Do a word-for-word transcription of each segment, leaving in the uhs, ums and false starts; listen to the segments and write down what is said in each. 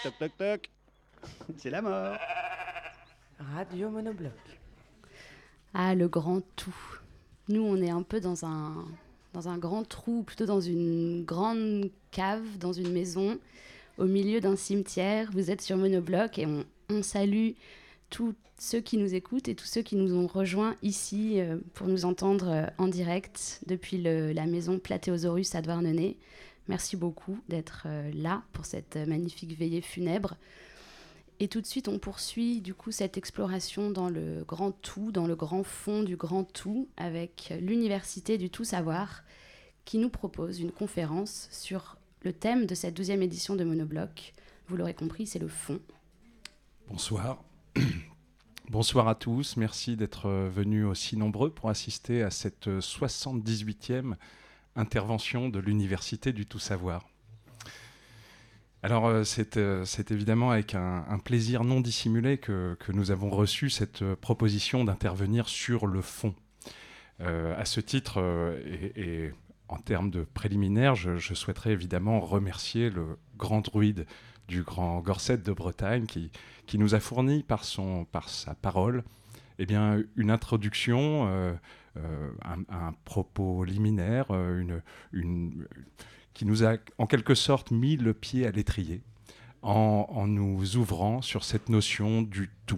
Toc toc toc. C'est la mort. Radio Monobloc. Ah, le grand tout. Nous, on est un peu dans un, dans un grand trou, plutôt dans une grande cave, dans une maison, au milieu d'un cimetière. Vous êtes sur Monobloc et on, on salue tous ceux qui nous écoutent et tous ceux qui nous ont rejoints ici euh, pour nous entendre euh, en direct depuis le, la maison Platéosaurus à Douarnenez. Merci beaucoup d'être euh, là pour cette magnifique veillée funèbre. Et tout de suite, on poursuit du coup cette exploration dans le grand tout, dans le grand fond du grand tout, avec l'Université du Tout Savoir, qui nous propose une conférence sur le thème de cette douzième édition de Monobloc. Vous l'aurez compris, c'est le fond. Bonsoir. Bonsoir à tous. Merci d'être venus aussi nombreux pour assister à cette soixante-dix-huitième intervention de l'Université du Tout Savoir. Alors, euh, c'est, euh, c'est évidemment avec un, un plaisir non dissimulé que, que nous avons reçu cette euh, proposition d'intervenir sur le fond. Euh, à ce titre, euh, et, et en termes de préliminaire, je, je souhaiterais évidemment remercier le grand druide du Grand Gorset de Bretagne qui, qui nous a fourni par, son, par sa parole eh bien, une introduction, euh, euh, un, un propos liminaire, euh, une... une qui nous a en quelque sorte mis le pied à l'étrier en, en nous ouvrant sur cette notion du tout.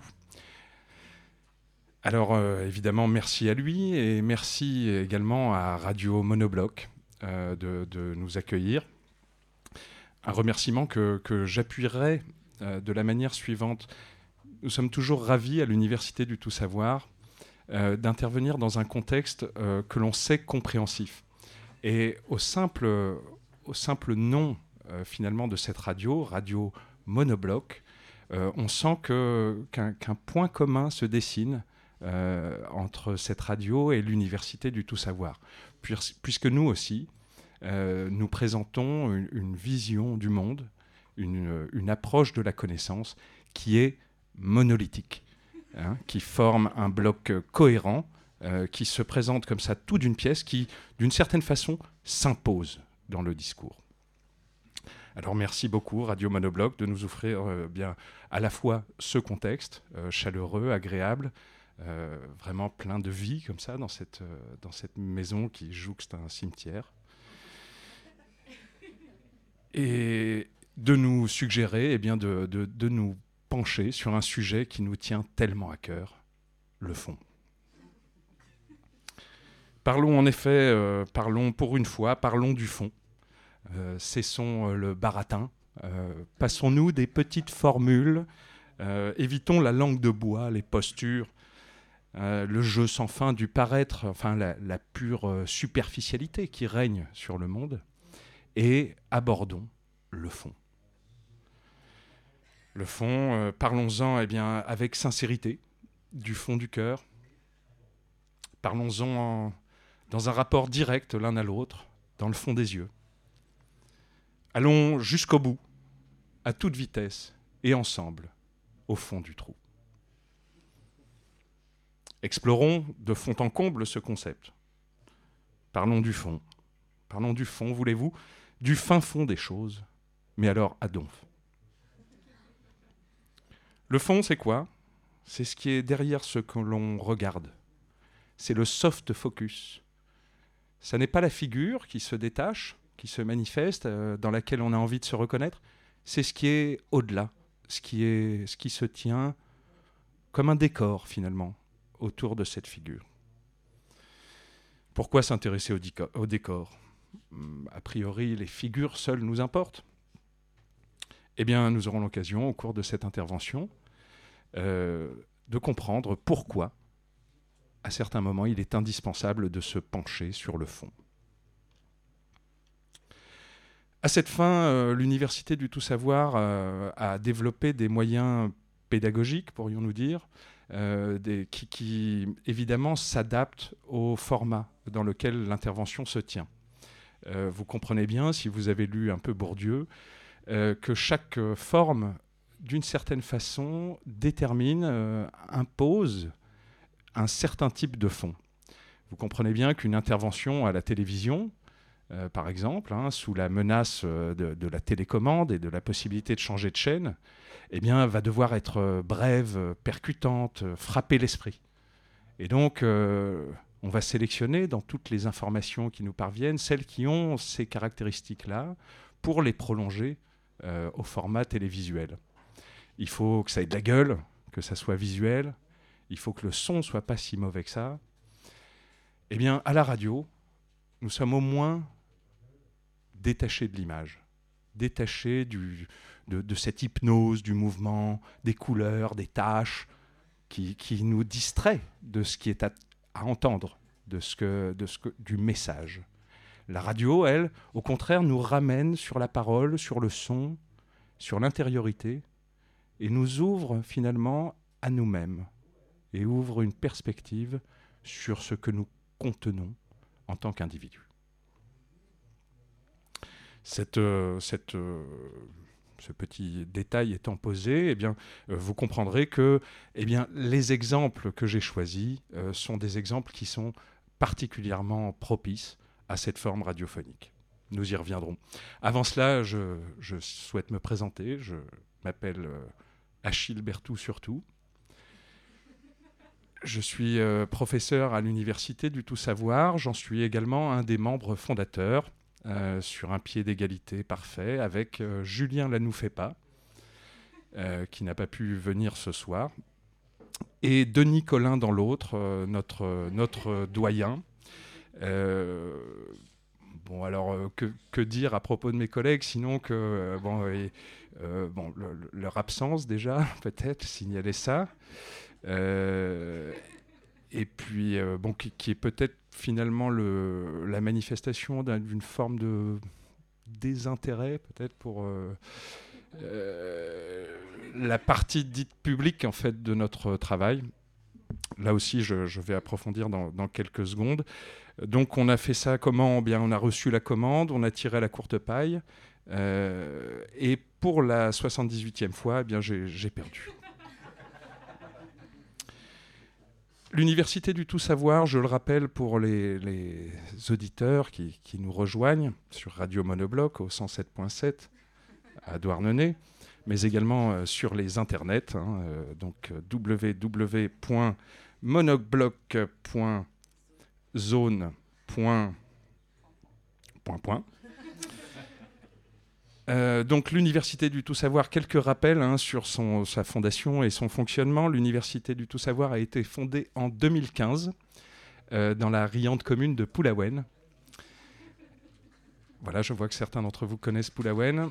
Alors euh, évidemment, merci à lui et merci également à Radio Monobloc euh, de, de nous accueillir. Un remerciement que, que j'appuierai euh, de la manière suivante. Nous sommes toujours ravis à l'Université du Tout Savoir euh, d'intervenir dans un contexte euh, que l'on sait compréhensif. Et au simple... au simple nom euh, finalement de cette radio, Radio Monobloc, euh, on sent que, qu'un, qu'un point commun se dessine euh, entre cette radio et l'Université du Tout Savoir, Puis, puisque nous aussi, euh, nous présentons une, une vision du monde, une, une approche de la connaissance qui est monolithique, hein, qui forme un bloc cohérent, euh, qui se présente comme ça tout d'une pièce, qui d'une certaine façon s'impose dans le discours. Alors merci beaucoup Radio Monobloc de nous offrir euh, bien à la fois ce contexte euh, chaleureux, agréable, euh, vraiment plein de vie comme ça dans cette, euh, dans cette maison qui jouxte un cimetière. Et de nous suggérer eh bien, de, de, de nous pencher sur un sujet qui nous tient tellement à cœur, le fond. Parlons en effet, euh, parlons pour une fois, parlons du fond. Euh, cessons euh, le baratin. Euh, passons-nous des petites formules. Euh, évitons la langue de bois, les postures, euh, le jeu sans fin du paraître, enfin la, la pure euh, superficialité qui règne sur le monde. Et abordons le fond. Le fond, euh, parlons-en eh bien, avec sincérité, du fond du cœur. Parlons-en en dans un rapport direct l'un à l'autre, dans le fond des yeux. Allons jusqu'au bout, à toute vitesse, et ensemble, au fond du trou. Explorons de fond en comble ce concept. Parlons du fond. Parlons du fond, voulez-vous, du fin fond des choses, mais alors à donf. Le fond, c'est quoi ? C'est ce qui est derrière ce que l'on regarde. C'est le soft focus. Ça n'est pas la figure qui se détache, qui se manifeste, euh, dans laquelle on a envie de se reconnaître. C'est ce qui est au-delà, ce qui est, ce qui se tient comme un décor, finalement, autour de cette figure. Pourquoi s'intéresser au, dico- au décor ? A priori, les figures seules nous importent. Eh bien, nous aurons l'occasion, au cours de cette intervention, euh, de comprendre pourquoi à certains moments, il est indispensable de se pencher sur le fond. À cette fin, euh, l'Université du Tout Savoir euh, a développé des moyens pédagogiques, pourrions-nous dire, euh, des, qui, qui, évidemment, s'adaptent au format dans lequel l'intervention se tient. Euh, vous comprenez bien, si vous avez lu un peu Bourdieu, euh, que chaque forme, d'une certaine façon, détermine, euh, impose un certain type de fond. Vous comprenez bien qu'une intervention à la télévision euh, par exemple, hein, sous la menace euh, de, de la télécommande et de la possibilité de changer de chaîne, eh bien, va devoir être euh, brève, euh, percutante, euh, frapper l'esprit. Et donc, euh, on va sélectionner dans toutes les informations qui nous parviennent celles qui ont ces caractéristiques-là pour les prolonger euh, au format télévisuel. Il faut que ça ait de la gueule, que ça soit visuel. Il faut que le son ne soit pas si mauvais que ça. Eh bien, à la radio, nous sommes au moins détachés de l'image, détachés du, de, de cette hypnose du mouvement, des couleurs, des tâches, qui, qui nous distrait de ce qui est à, à entendre, de ce que, de ce que, du message. La radio, elle, au contraire, nous ramène sur la parole, sur le son, sur l'intériorité, et nous ouvre finalement à nous-mêmes, et ouvre une perspective sur ce que nous contenons en tant qu'individus. Cette, euh, cette, euh, ce petit détail étant posé, eh bien, euh, vous comprendrez que eh bien, les exemples que j'ai choisis euh, sont des exemples qui sont particulièrement propices à cette forme radiophonique. Nous y reviendrons. Avant cela, je, je souhaite me présenter. Je m'appelle euh, Achille Berthoud surtout. Je suis euh, professeur à l'Université du Tout-Savoir. J'en suis également un des membres fondateurs, euh, sur un pied d'égalité parfait, avec euh, Julien Lanoufepa, euh, qui n'a pas pu venir ce soir, et Denis Collin dans l'autre, euh, notre, notre doyen. Euh, bon, alors, euh, que, que dire à propos de mes collègues, sinon que euh, bon, et, euh, bon, le, le, leur absence déjà, peut-être, signaler ça. Euh, et puis, euh, bon, qui, qui est peut-être finalement le, la manifestation d'une forme de désintérêt, peut-être, pour euh, euh, la partie dite publique, en fait, de notre travail. Là aussi, je, je vais approfondir dans, dans quelques secondes. Donc, on a fait ça comment ? Bien, on a reçu la commande, on a tiré la courte paille, euh, et pour la soixante-dix-huitième fois, eh bien, j'ai, j'ai perdu. L'Université du Tout-Savoir, je le rappelle pour les, les auditeurs qui, qui nous rejoignent sur Radio Monobloc au cent sept point sept à Douarnenez, mais également euh, sur les internets, hein, euh, donc w w w point monobloc point zone point com. Euh, donc l'Université du Tout-Savoir, quelques rappels hein, sur son, sa fondation et son fonctionnement. L'Université du Tout-Savoir a été fondée en deux mille quinze euh, dans la riante commune de Poulaouen. Voilà, je vois que certains d'entre vous connaissent Poulaouen.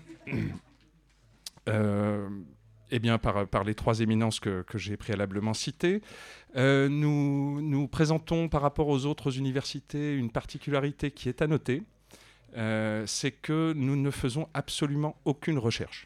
euh, eh bien, par, par les trois éminences que, que j'ai préalablement citées. Euh, nous, nous présentons par rapport aux autres universités une particularité qui est à noter. Euh, c'est que nous ne faisons absolument aucune recherche.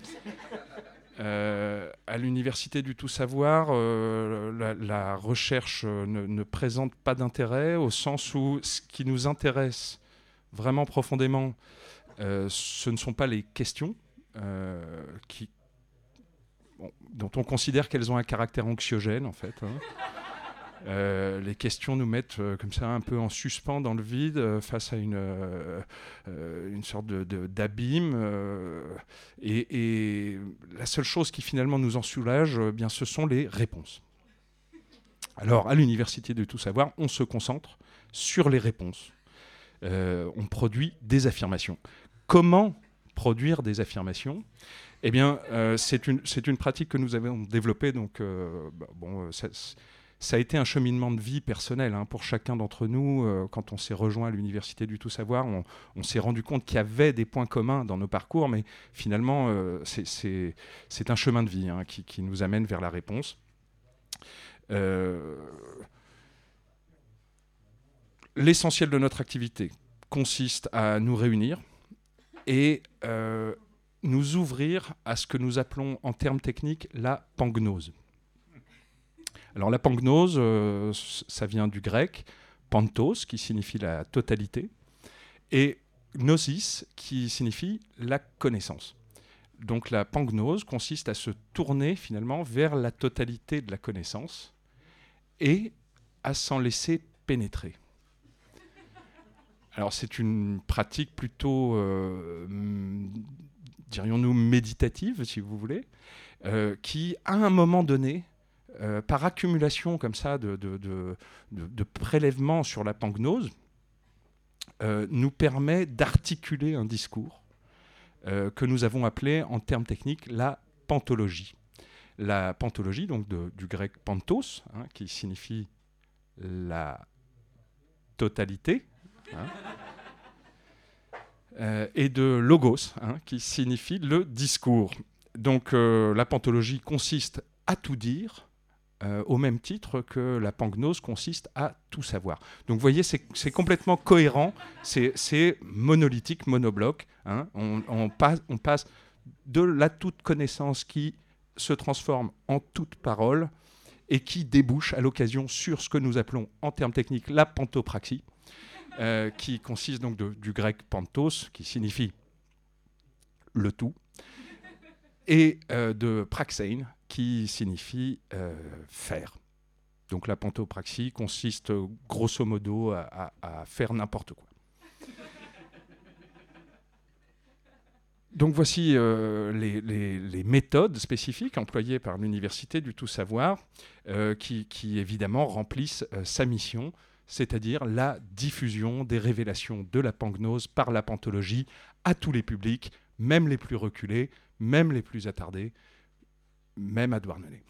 Euh, à l'Université du Tout-Savoir, euh, la, la recherche ne, ne présente pas d'intérêt, au sens où ce qui nous intéresse vraiment profondément, euh, ce ne sont pas les questions euh, qui, bon, dont on considère qu'elles ont un caractère anxiogène, en fait. Hein. Euh, les questions nous mettent euh, comme ça un peu en suspens dans le vide euh, face à une, euh, euh, une sorte de, de, d'abîme euh, et, et la seule chose qui finalement nous en soulage, euh, bien, ce sont les réponses. Alors à l'Université du Tout-Savoir, on se concentre sur les réponses. Euh, on produit des affirmations. Comment produire des affirmations ? Eh bien, euh, c'est une, c'est une pratique que nous avons développée, donc euh, bah, bon, ça, ça a été un cheminement de vie personnel hein, pour chacun d'entre nous. Euh, quand on s'est rejoint à l'Université du Tout-Savoir, on, on s'est rendu compte qu'il y avait des points communs dans nos parcours, mais finalement, euh, c'est, c'est, c'est un chemin de vie hein, qui, qui nous amène vers la réponse. Euh, l'essentiel de notre activité consiste à nous réunir et euh, nous ouvrir à ce que nous appelons en termes techniques la pangnose. Alors la pangnose, euh, ça vient du grec, pantos, qui signifie la totalité, et gnosis, qui signifie la connaissance. Donc la pangnose consiste à se tourner finalement vers la totalité de la connaissance et à s'en laisser pénétrer. Alors c'est une pratique plutôt, euh, dirions-nous, méditative, si vous voulez, euh, qui, à un moment donné, euh, par accumulation comme ça de, de, de, de, de prélèvements sur la pangnose, euh, nous permet d'articuler un discours euh, que nous avons appelé, en termes techniques, la pantologie. La pantologie, donc de, du grec pantos, hein, qui signifie la totalité, hein, euh, et de logos, hein, qui signifie le discours. Donc euh, la pantologie consiste à tout dire, euh, au même titre que la pangnose consiste à tout savoir. Donc vous voyez, c'est, c'est complètement cohérent, c'est, c'est monolithique, monobloc. Hein, on, on, passe, on passe de la toute connaissance qui se transforme en toute parole et qui débouche à l'occasion sur ce que nous appelons en termes techniques la pantopraxie, euh, qui consiste donc de, du grec pantos, qui signifie le tout, et euh, de praxein, qui signifie euh, faire. Donc la pantopraxie consiste grosso modo à, à, à faire n'importe quoi. Donc voici euh, les, les, les méthodes spécifiques employées par l'Université du Tout-Savoir euh, qui, qui évidemment remplissent euh, sa mission, c'est-à-dire la diffusion des révélations de la pangnose par la pantologie à tous les publics, même les plus reculés, même les plus attardés, même à Douarnenez.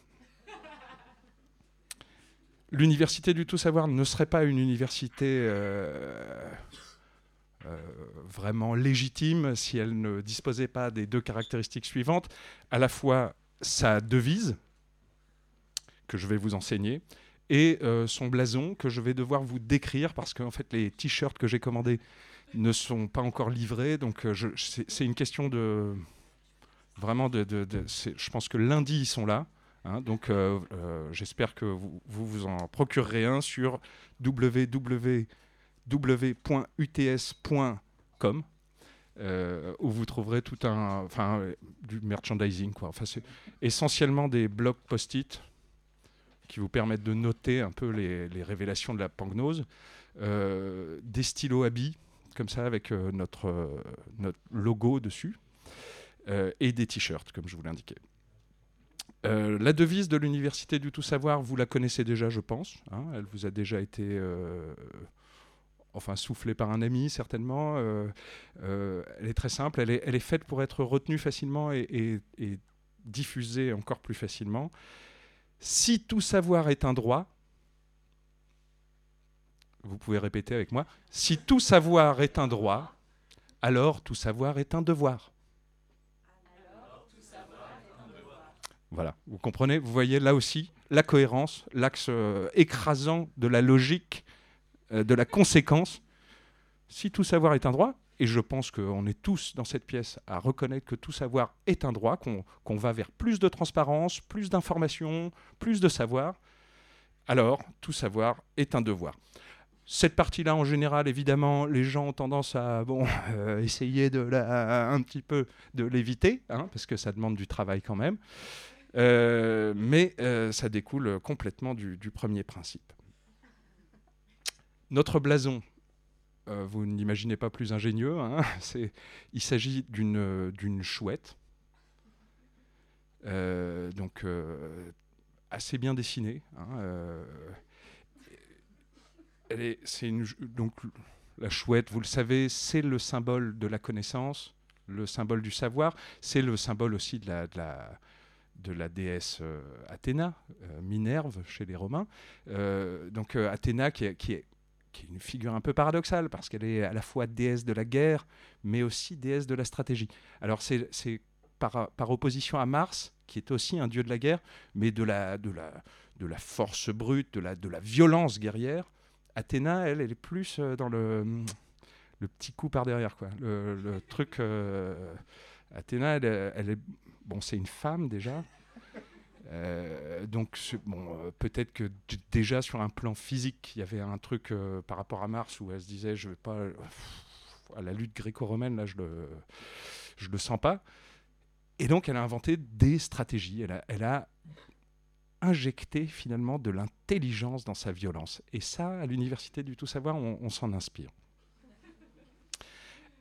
L'Université du Tout-Savoir ne serait pas une université... Euh, Euh, vraiment légitime si elle ne disposait pas des deux caractéristiques suivantes, à la fois sa devise, que je vais vous enseigner, et euh, son blason, que je vais devoir vous décrire, parce que en fait, les t-shirts que j'ai commandés ne sont pas encore livrés, donc euh, je, c'est, c'est une question de... Vraiment, de, de, de, c'est, je pense que lundi, ils sont là. Hein, donc euh, euh, j'espère que vous, vous vous en procurerez un sur w w w point u t s point com euh, où vous trouverez tout un, enfin, euh, du merchandising, quoi. Enfin, c'est essentiellement des blocs post-it qui vous permettent de noter un peu les, les révélations de la pangnose, euh, des stylos à billes, comme ça, avec euh, notre, euh, notre logo dessus, euh, et des t-shirts, comme je vous l'indiquais. Euh, la devise de l'Université du Tout-Savoir, vous la connaissez déjà, je pense. Hein, elle vous a déjà été... Euh, enfin soufflée par un ami certainement, euh, euh, elle est très simple, elle est, elle est faite pour être retenue facilement et, et, et diffusée encore plus facilement. Si tout savoir est un droit, vous pouvez répéter avec moi, si tout savoir est un droit, alors tout savoir est un devoir. Alors, tout savoir est un devoir. Voilà, vous comprenez, vous voyez là aussi la cohérence, l'axe euh, écrasant de la logique, de la conséquence. Si tout savoir est un droit, et je pense qu'on est tous dans cette pièce à reconnaître que tout savoir est un droit, qu'on, qu'on va vers plus de transparence, plus d'information, plus de savoir, alors tout savoir est un devoir. Cette partie-là, en général, évidemment, les gens ont tendance à bon, euh, essayer de la, un petit peu de l'éviter, hein, parce que ça demande du travail quand même, euh, mais euh, ça découle complètement du, du premier principe. Notre blason, euh, vous n'imaginez pas plus ingénieux, hein, c'est, il s'agit d'une, euh, d'une chouette, euh, donc euh, assez bien dessinée. Hein, euh, elle est, c'est une, donc, la chouette, vous le savez, c'est le symbole de la connaissance, le symbole du savoir, c'est le symbole aussi de la, de la, de la déesse euh, Athéna, euh, Minerve chez les Romains. Euh, donc euh, Athéna qui est, qui est qui est une figure un peu paradoxale, parce qu'elle est à la fois déesse de la guerre, mais aussi déesse de la stratégie. Alors c'est, c'est par, par opposition à Mars, qui est aussi un dieu de la guerre, mais de la, de la, de la force brute, de la, de la violence guerrière. Athéna, elle, elle est plus dans le, le petit coup par derrière, quoi. Le, le truc... Euh, Athéna, elle, elle est... Bon, c'est une femme, déjà. Euh, donc bon, euh, peut-être que d- déjà sur un plan physique il y avait un truc euh, par rapport à Mars où elle se disait je vais pas euh, pff, à la lutte gréco-romaine là je le je le sens pas, et donc elle a inventé des stratégies, elle a, elle a injecté finalement de l'intelligence dans sa violence, et ça à l'Université du Tout-Savoir on, on s'en inspire.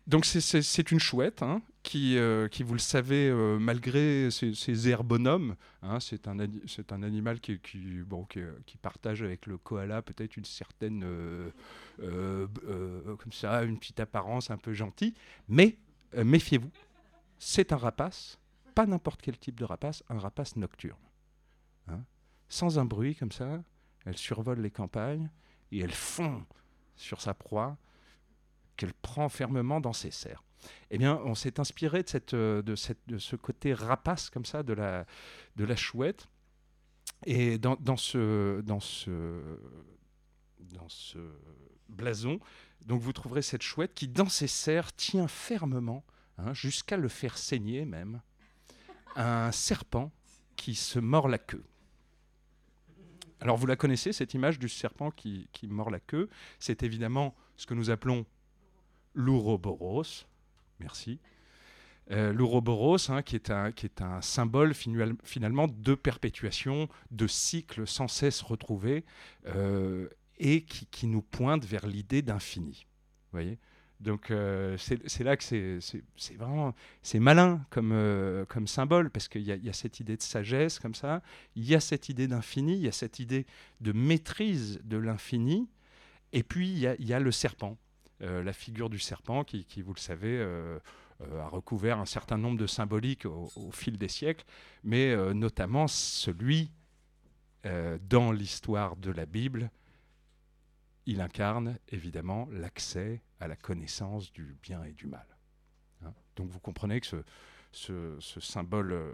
donc c'est, c'est, c'est une chouette hein, qui, euh, qui, vous le savez, euh, malgré ses, ses airs bonhommes, hein, c'est, un, c'est un animal qui, qui, bon, qui, qui partage avec le koala peut-être une certaine, euh, euh, euh, comme ça, une petite apparence un peu gentille, mais euh, méfiez-vous, c'est un rapace, pas n'importe quel type de rapace, un rapace nocturne. Hein, sans un bruit comme ça, elle survole les campagnes et elle fond sur sa proie qu'elle prend fermement dans ses serres. Eh bien, on s'est inspiré de, cette, de, cette, de ce côté rapace comme ça de la, de la chouette. Et dans, dans, ce, dans, ce, dans ce blason, donc vous trouverez cette chouette qui, dans ses serres, tient fermement, hein, jusqu'à le faire saigner même, un serpent qui se mord la queue. Alors vous la connaissez, cette image du serpent qui, qui mord la queue. C'est évidemment ce que nous appelons l'Ouroboros. Merci. Euh, L'Ouroboros, hein, qui, est un, qui est un symbole finual, finalement de perpétuation, de cycles sans cesse retrouvés, euh, et qui, qui nous pointe vers l'idée d'infini. Vous voyez ? Donc euh, c'est, c'est là que c'est, c'est, c'est vraiment c'est malin comme, euh, comme symbole, parce qu'il y a, y a cette idée de sagesse comme ça, il y a cette idée d'infini, il y a cette idée de maîtrise de l'infini, et puis il y a, y a le serpent, euh, la figure du serpent qui, qui vous le savez, euh, euh, a recouvert un certain nombre de symboliques au, au fil des siècles, mais euh, notamment celui euh, dans l'histoire de la Bible. Il incarne évidemment l'accès à la connaissance du bien et du mal. Hein, donc vous comprenez que ce, ce, ce symbole euh,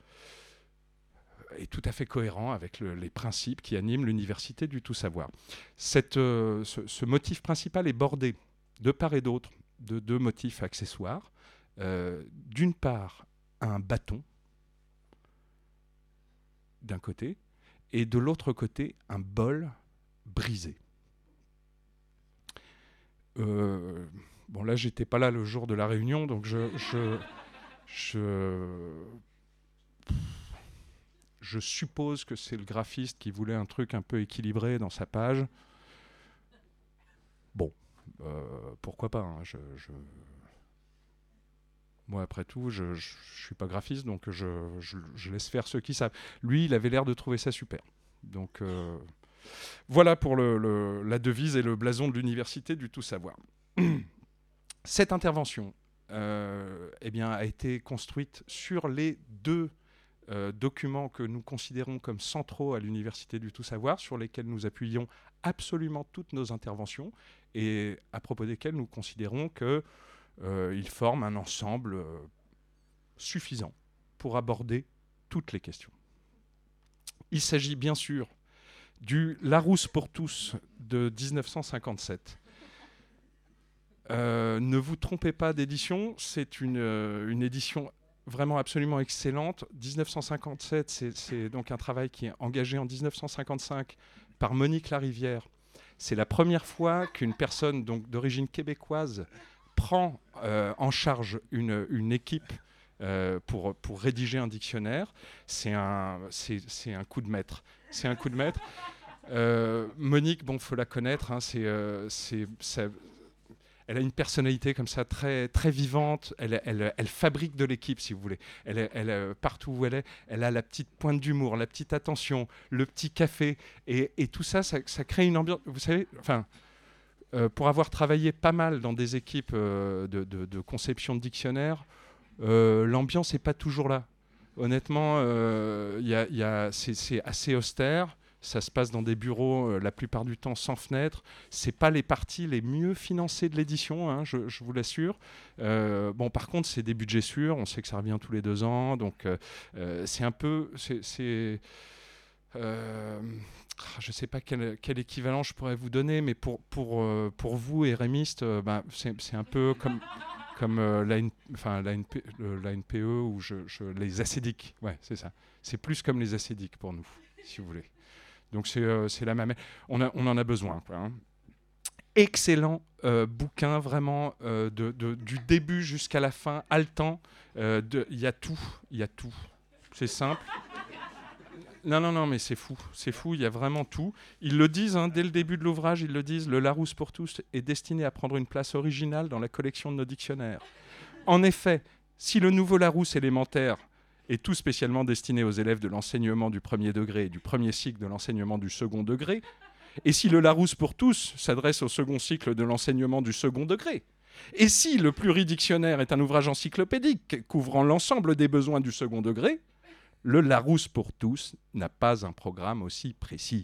est tout à fait cohérent avec le, les principes qui animent l'université du tout-savoir. Cette, euh, ce, ce motif principal est bordé de part et d'autre de deux motifs accessoires. Euh, d'une part, un bâton d'un côté, et de l'autre côté, un bol brisé. Euh, bon là j'étais pas là le jour de la réunion, donc je je je, je suppose que c'est le graphiste qui voulait un truc un peu équilibré dans sa page. Bon, euh, pourquoi pas, hein, je, je... moi après tout je, je, je suis pas graphiste, donc je, je, je laisse faire ceux qui savent. Lui il avait l'air de trouver ça super, donc euh, voilà pour le, le, la devise et le blason de l'université du tout-savoir. Cette intervention euh, eh bien, a été construite sur les deux euh, documents que nous considérons comme centraux à l'université du tout-savoir, sur lesquels nous appuyons absolument toutes nos interventions et à propos desquels nous considérons qu'ils euh, forment un ensemble euh, suffisant pour aborder toutes les questions. Il s'agit bien sûr du Larousse pour tous de dix-neuf cent cinquante-sept. Euh, ne vous trompez pas d'édition, c'est une, euh, une édition vraiment absolument excellente. dix-neuf cent cinquante-sept, c'est, c'est donc un travail qui est engagé en dix-neuf cent cinquante-cinq par Monique Larivière. C'est la première fois qu'une personne donc, d'origine québécoise prend euh, en charge une, une équipe euh, pour, pour rédiger un dictionnaire. C'est un, c'est, c'est un coup de maître. C'est un coup de maître. Euh, Monique, bon, faut la connaître. Hein, c'est, euh, c'est, ça, elle a une personnalité comme ça très, très vivante. Elle, elle, elle fabrique de l'équipe, si vous voulez. Elle, elle, partout où elle est, elle a la petite pointe d'humour, la petite attention, le petit café, et, et tout ça, ça, ça crée une ambiance. Vous savez, enfin, euh, pour avoir travaillé pas mal dans des équipes euh, de, de, de conception de dictionnaire, euh, l'ambiance n'est pas toujours là. Honnêtement, euh, y a, y a, c'est, c'est assez austère. Ça se passe dans des bureaux, euh, la plupart du temps sans fenêtre. Ce n'est pas les parties les mieux financées de l'édition, hein, je, je vous l'assure. Euh, bon, par contre, c'est des budgets sûrs. On sait que ça revient tous les deux ans. Donc, euh, euh, c'est un peu... C'est, c'est, euh, je ne sais pas quel, quel équivalent je pourrais vous donner, mais pour, pour, euh, pour vous, érémistes, euh, ben, c'est, c'est un peu comme... comme euh, l'A N, enfin, l'A N P, le, l'A N P E ou je, je, les acédiques. Ouais, c'est ça. C'est plus comme les acédiques pour nous, si vous voulez. Donc c'est, euh, c'est la même. On, a, on en a besoin. Quoi, hein. Excellent euh, bouquin, vraiment, euh, de, de, du début jusqu'à la fin, haletant. Il euh, y a tout. Il y a tout. C'est simple. Non, non, non, mais c'est fou. C'est fou, il y a vraiment tout. Ils le disent, hein, dès le début de l'ouvrage, ils le disent, le Larousse pour tous est destiné à prendre une place originale dans la collection de nos dictionnaires. En effet, si le nouveau Larousse élémentaire est tout spécialement destiné aux élèves de l'enseignement du premier degré et du premier cycle de l'enseignement du second degré, et si le Larousse pour tous s'adresse au second cycle de l'enseignement du second degré, et si le pluridictionnaire est un ouvrage encyclopédique couvrant l'ensemble des besoins du second degré, le Larousse pour tous n'a pas un programme aussi précis.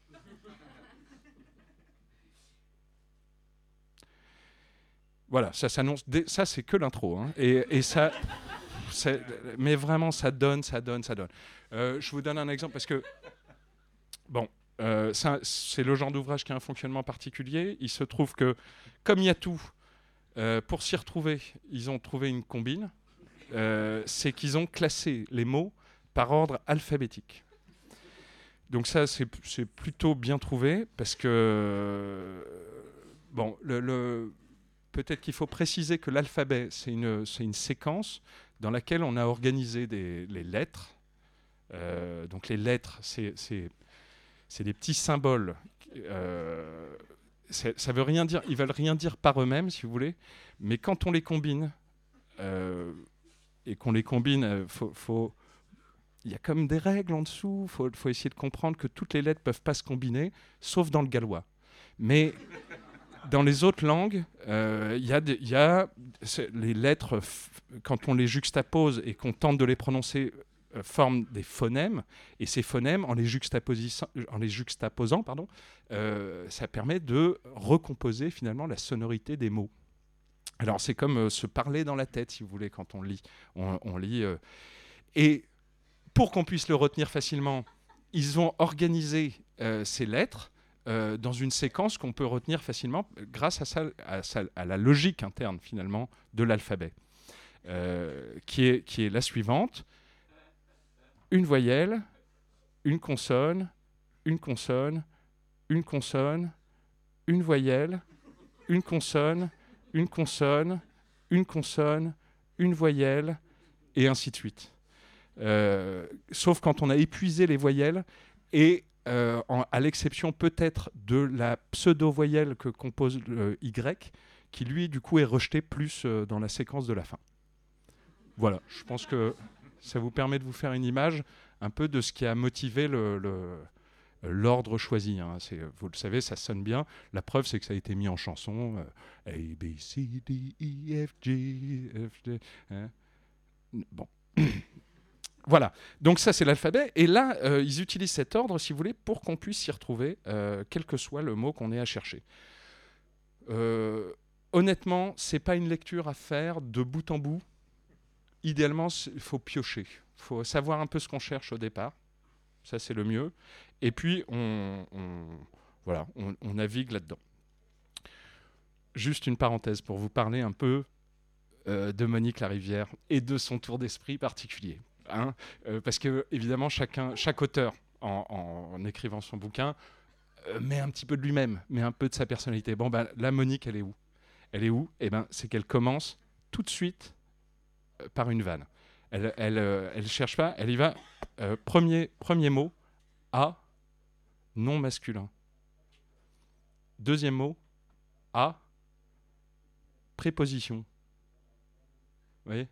Voilà, ça s'annonce. Dès, ça, c'est que l'intro. Hein, et, et ça, mais vraiment, ça donne, ça donne, ça donne. Euh, je vous donne un exemple parce que, bon, euh, ça, c'est le genre d'ouvrage qui a un fonctionnement particulier. Il se trouve que, comme il y a tout, euh, pour s'y retrouver, ils ont trouvé une combine. Euh, c'est qu'ils ont classé les mots par ordre alphabétique. Donc ça, c'est, c'est plutôt bien trouvé, parce que, euh, bon, le, le, peut-être qu'il faut préciser que l'alphabet, c'est une, c'est une séquence dans laquelle on a organisé des, les lettres. Euh, donc les lettres, c'est, c'est, c'est des petits symboles. Euh, c'est, ça veut rien dire, ils veulent rien dire par eux-mêmes, si vous voulez, mais quand on les combine, euh, et qu'on les combine, il faut... faut il y a comme des règles en dessous, il faut, faut essayer de comprendre que toutes les lettres ne peuvent pas se combiner, sauf dans le gallois. Mais dans les autres langues, euh, y a des, y a les lettres, f- quand on les juxtapose et qu'on tente de les prononcer, euh, forment des phonèmes, et ces phonèmes, en les, en les juxtaposant, pardon, euh, ça permet de recomposer finalement la sonorité des mots. Alors c'est comme euh, se parler dans la tête, si vous voulez, quand on lit. On, on lit euh, et pour qu'on puisse le retenir facilement, ils ont organisé euh, ces lettres euh, dans une séquence qu'on peut retenir facilement grâce à, ça, à, ça, à la logique interne, finalement, de l'alphabet, euh, qui est, qui est la suivante. Une voyelle, une consonne, une consonne, une consonne, une voyelle, une consonne, une consonne, une consonne, une voyelle, et ainsi de suite. Euh, sauf quand on a épuisé les voyelles et euh, en, à l'exception peut-être de la pseudo-voyelle que compose le Y, qui lui du coup est rejeté plus euh, dans la séquence de la fin. Voilà, je pense que ça vous permet de vous faire une image un peu de ce qui a motivé le, le, l'ordre choisi. Hein. C'est, vous le savez, ça sonne bien. La preuve, c'est que ça a été mis en chanson. Euh, A, B, C, D, E, F, G, F, G. Hein. Bon. Voilà, donc ça c'est l'alphabet, et là euh, ils utilisent cet ordre, si vous voulez, pour qu'on puisse s'y retrouver, euh, quel que soit le mot qu'on ait à chercher. Euh, honnêtement, c'est pas une lecture à faire de bout en bout. Idéalement, il faut piocher, il faut savoir un peu ce qu'on cherche au départ, ça c'est le mieux, et puis on, on, voilà, on, on navigue là-dedans. Juste une parenthèse pour vous parler un peu euh, de Monique Larivière et de son tour d'esprit particulier. Hein, euh, parce que évidemment chacun, chaque auteur en, en, en écrivant son bouquin euh, met un petit peu de lui-même, met un peu de sa personnalité. Bon ben la Monique, elle est où Elle est où Eh ben c'est qu'elle commence tout de suite euh, par une vanne. Elle, elle, euh, elle cherche pas, elle y va. Euh, premier, premier mot, A, non masculin. Deuxième mot, A, préposition. Vous voyez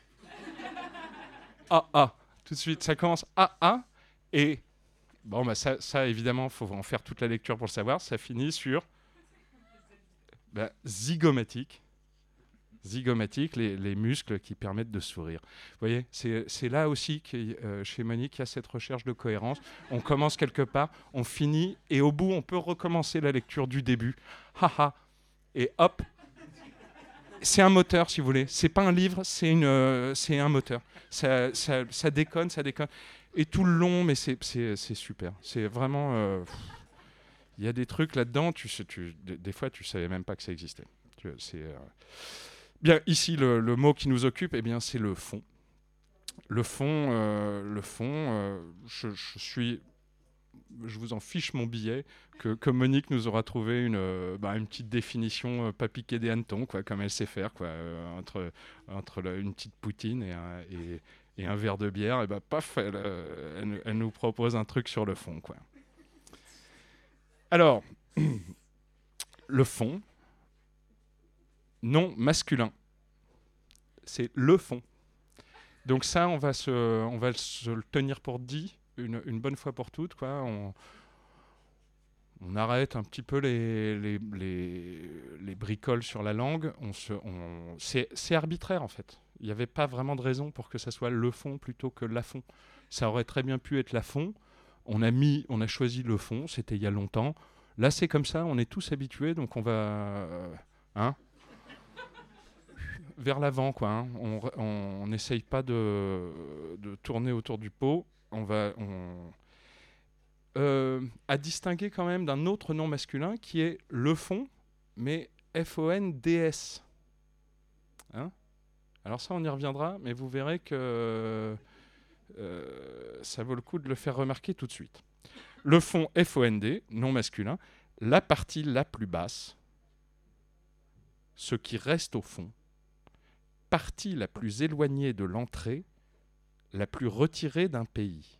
A, A, tout de suite, ça commence A, A, et bon, bah ça, ça évidemment, il faut en faire toute la lecture pour le savoir, ça finit sur bah, zygomatique, zygomatique, les, les muscles qui permettent de sourire. Vous voyez, c'est, c'est là aussi que euh, chez Monique, il y a cette recherche de cohérence. On commence quelque part, on finit, et au bout, on peut recommencer la lecture du début. Haha, et hop. C'est un moteur, si vous voulez. C'est pas un livre, c'est, une, euh, c'est un moteur. Ça, ça, ça déconne, ça déconne. Et tout le long, mais c'est, c'est, c'est super. C'est vraiment... Il euh, y a des trucs là-dedans, tu sais, tu, des, des fois, tu savais même pas que ça existait. Tu, c'est, euh... Bien, ici, le, le mot qui nous occupe, eh bien, c'est le fond. Le fond, euh, le fond euh, je, je suis... Je vous en fiche mon billet, que, que Monique nous aura trouvé une, euh, bah, une petite définition euh, pas piquée des hannetons, quoi, comme elle sait faire, quoi, euh, entre, entre la, une petite poutine et, un, et, et un verre de bière, et ben paf, elle, euh, elle, elle nous propose un truc sur le fond, quoi. Alors, le fond, non masculin, c'est le fond. Donc ça, on va se, on va se le tenir pour dit une, une bonne fois pour toutes, quoi. On, on arrête un petit peu les, les, les, les bricoles sur la langue. On se, on, c'est, c'est arbitraire, en fait. Il n'y avait pas vraiment de raison pour que ça soit le fond plutôt que la fond. Ça aurait très bien pu être la fond. On a mis, on a choisi le fond, c'était il y a longtemps. Là, c'est comme ça, on est tous habitués, donc on va... Euh, hein vers l'avant, quoi. Hein. On n'essaye pas de, de tourner autour du pot. On va... On, euh, à distinguer quand même d'un autre nom masculin qui est le fond, mais F O N D S. Hein? Alors ça, on y reviendra, mais vous verrez que euh, ça vaut le coup de le faire remarquer tout de suite. Le fond F O N D, nom masculin, la partie la plus basse, ce qui reste au fond, partie la plus éloignée de l'entrée, la plus retirée d'un pays.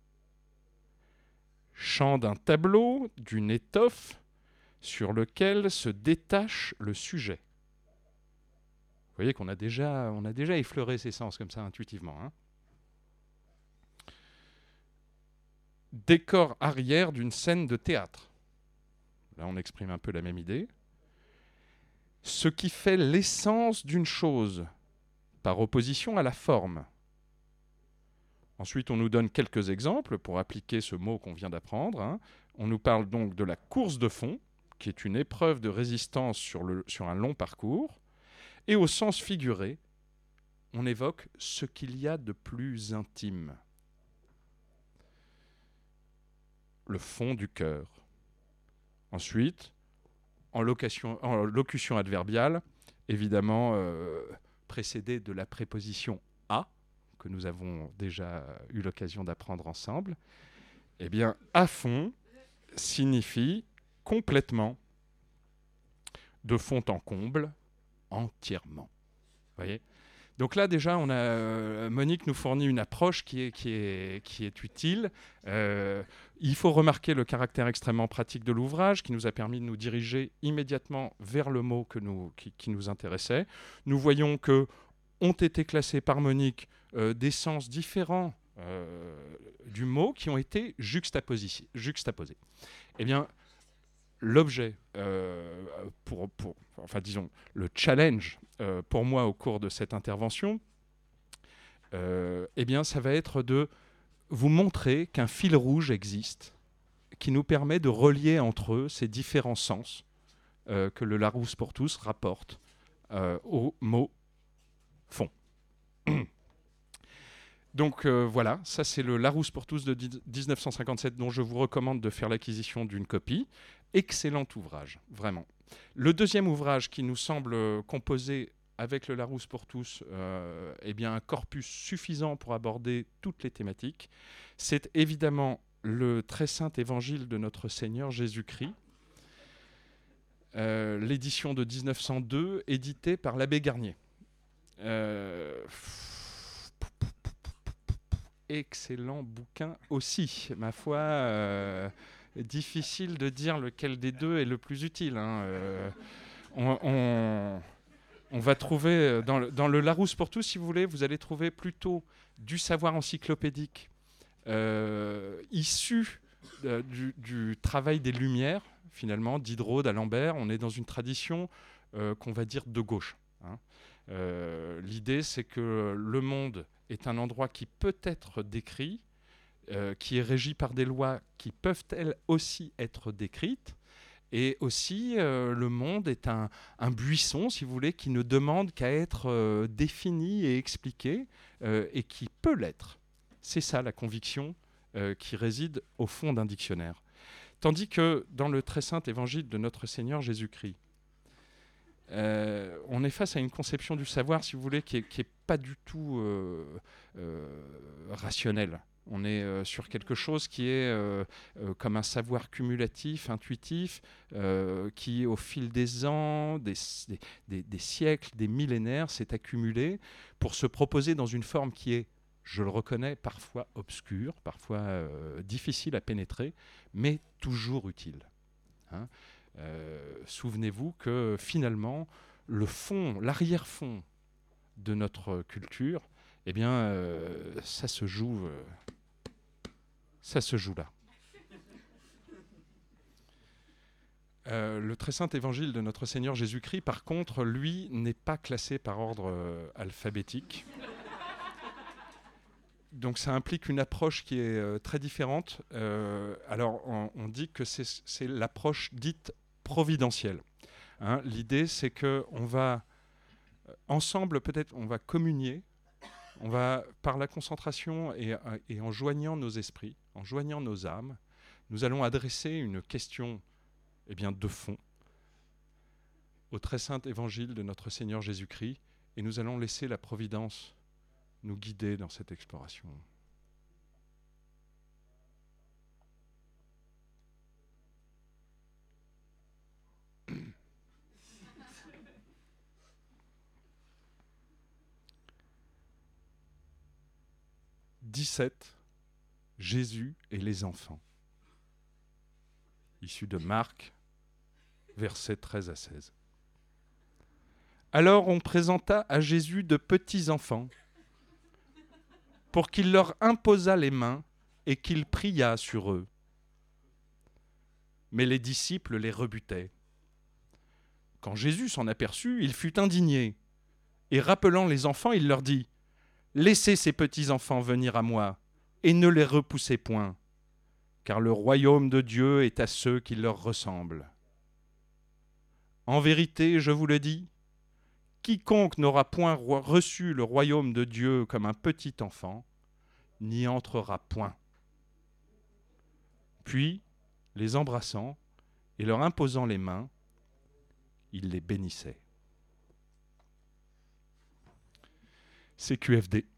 Champ d'un tableau, d'une étoffe, sur lequel se détache le sujet. Vous voyez qu'on a déjà, on a déjà effleuré ces sens comme ça intuitivement. Hein. Décor arrière d'une scène de théâtre. Là, on exprime un peu la même idée. Ce qui fait l'essence d'une chose, par opposition à la forme. Ensuite, on nous donne quelques exemples pour appliquer ce mot qu'on vient d'apprendre. Hein. On nous parle donc de la course de fond, qui est une épreuve de résistance sur, le, sur un long parcours. Et au sens figuré, on évoque ce qu'il y a de plus intime. Le fond du cœur. Ensuite, en, location, en locution adverbiale, évidemment euh, précédée de la préposition « à », que nous avons déjà eu l'occasion d'apprendre ensemble, eh bien, à fond signifie complètement, de fond en comble, entièrement. Vous voyez ? Donc là, déjà, on a, euh, Monique nous fournit une approche qui est, qui est, qui est utile. Euh, il faut remarquer le caractère extrêmement pratique de l'ouvrage qui nous a permis de nous diriger immédiatement vers le mot que nous, qui, qui nous intéressait. Nous voyons que ont été classés par Monique euh, des sens différents euh, du mot qui ont été juxtaposés. juxtaposés. Eh bien, l'objet, euh, pour, pour, enfin disons, le challenge euh, pour moi au cours de cette intervention, euh, eh bien, ça va être de vous montrer qu'un fil rouge existe qui nous permet de relier entre eux ces différents sens euh, que le Larousse pour tous rapporte euh, au mot fond. Donc euh, voilà, ça c'est le Larousse pour tous de dix-neuf cent cinquante-sept dont je vous recommande de faire l'acquisition d'une copie. Excellent ouvrage, vraiment. Le deuxième ouvrage qui nous semble composé avec le Larousse pour tous, euh, eh bien un corpus suffisant pour aborder toutes les thématiques, c'est évidemment le très saint évangile de notre Seigneur Jésus-Christ, euh, l'édition de dix-neuf cent deux, éditée par l'abbé Garnier. Euh, excellent bouquin aussi, ma foi. Euh, difficile de dire lequel des deux est le plus utile. Hein. Euh, on, on, on va trouver dans le, dans le Larousse pour tous, si vous voulez, vous allez trouver plutôt du savoir encyclopédique euh, issu euh, du, du travail des Lumières, finalement, Diderot, d'Alembert. On est dans une tradition euh, qu'on va dire de gauche. Hein. Euh, l'idée, c'est que le monde est un endroit qui peut être décrit, euh, qui est régi par des lois qui peuvent elles aussi être décrites, et aussi euh, le monde est un, un buisson, si vous voulez, qui ne demande qu'à être euh, défini et expliqué, euh, et qui peut l'être. C'est ça la conviction euh, qui réside au fond d'un dictionnaire. Tandis que dans le très saint évangile de notre Seigneur Jésus-Christ, Euh, on est face à une conception du savoir, si vous voulez, qui n'est pas du tout euh, euh, rationnelle. On est euh, sur quelque chose qui est euh, euh, comme un savoir cumulatif, intuitif, euh, qui au fil des ans, des, des, des siècles, des millénaires, s'est accumulé pour se proposer dans une forme qui est je le reconnais, parfois obscur, parfois euh, difficile à pénétrer, mais toujours utile. Hein. Euh, souvenez-vous que finalement, le fond, l'arrière-fond de notre culture, eh bien, euh, ça se joue, euh, ça se joue là. Euh, le très saint évangile de notre Seigneur Jésus-Christ, par contre, lui, n'est pas classé par ordre euh, alphabétique. Donc ça implique une approche qui est euh, très différente. Euh, alors on, on dit que c'est, c'est l'approche dite providentielle. Hein, l'idée, c'est que on va ensemble, peut-être, on va communier, on va par la concentration et, et en joignant nos esprits, en joignant nos âmes, nous allons adresser une question, eh bien, de fond au très saint évangile de notre Seigneur Jésus-Christ, et nous allons laisser la providence nous guider dans cette exploration. dix-sept, Jésus et les enfants. Issu de Marc, versets treize à seize. Alors on présenta à Jésus de petits enfants, pour qu'il leur imposât les mains et qu'il priât sur eux. Mais les disciples les rebutaient. Quand Jésus s'en aperçut, il fut indigné, et rappelant les enfants, il leur dit : « Laissez ces petits enfants venir à moi, et ne les repoussez point, car le royaume de Dieu est à ceux qui leur ressemblent. En vérité, je vous le dis, quiconque n'aura point reçu le royaume de Dieu comme un petit enfant, n'y entrera point. » Puis, les embrassant et leur imposant les mains, il les bénissait. C Q F D.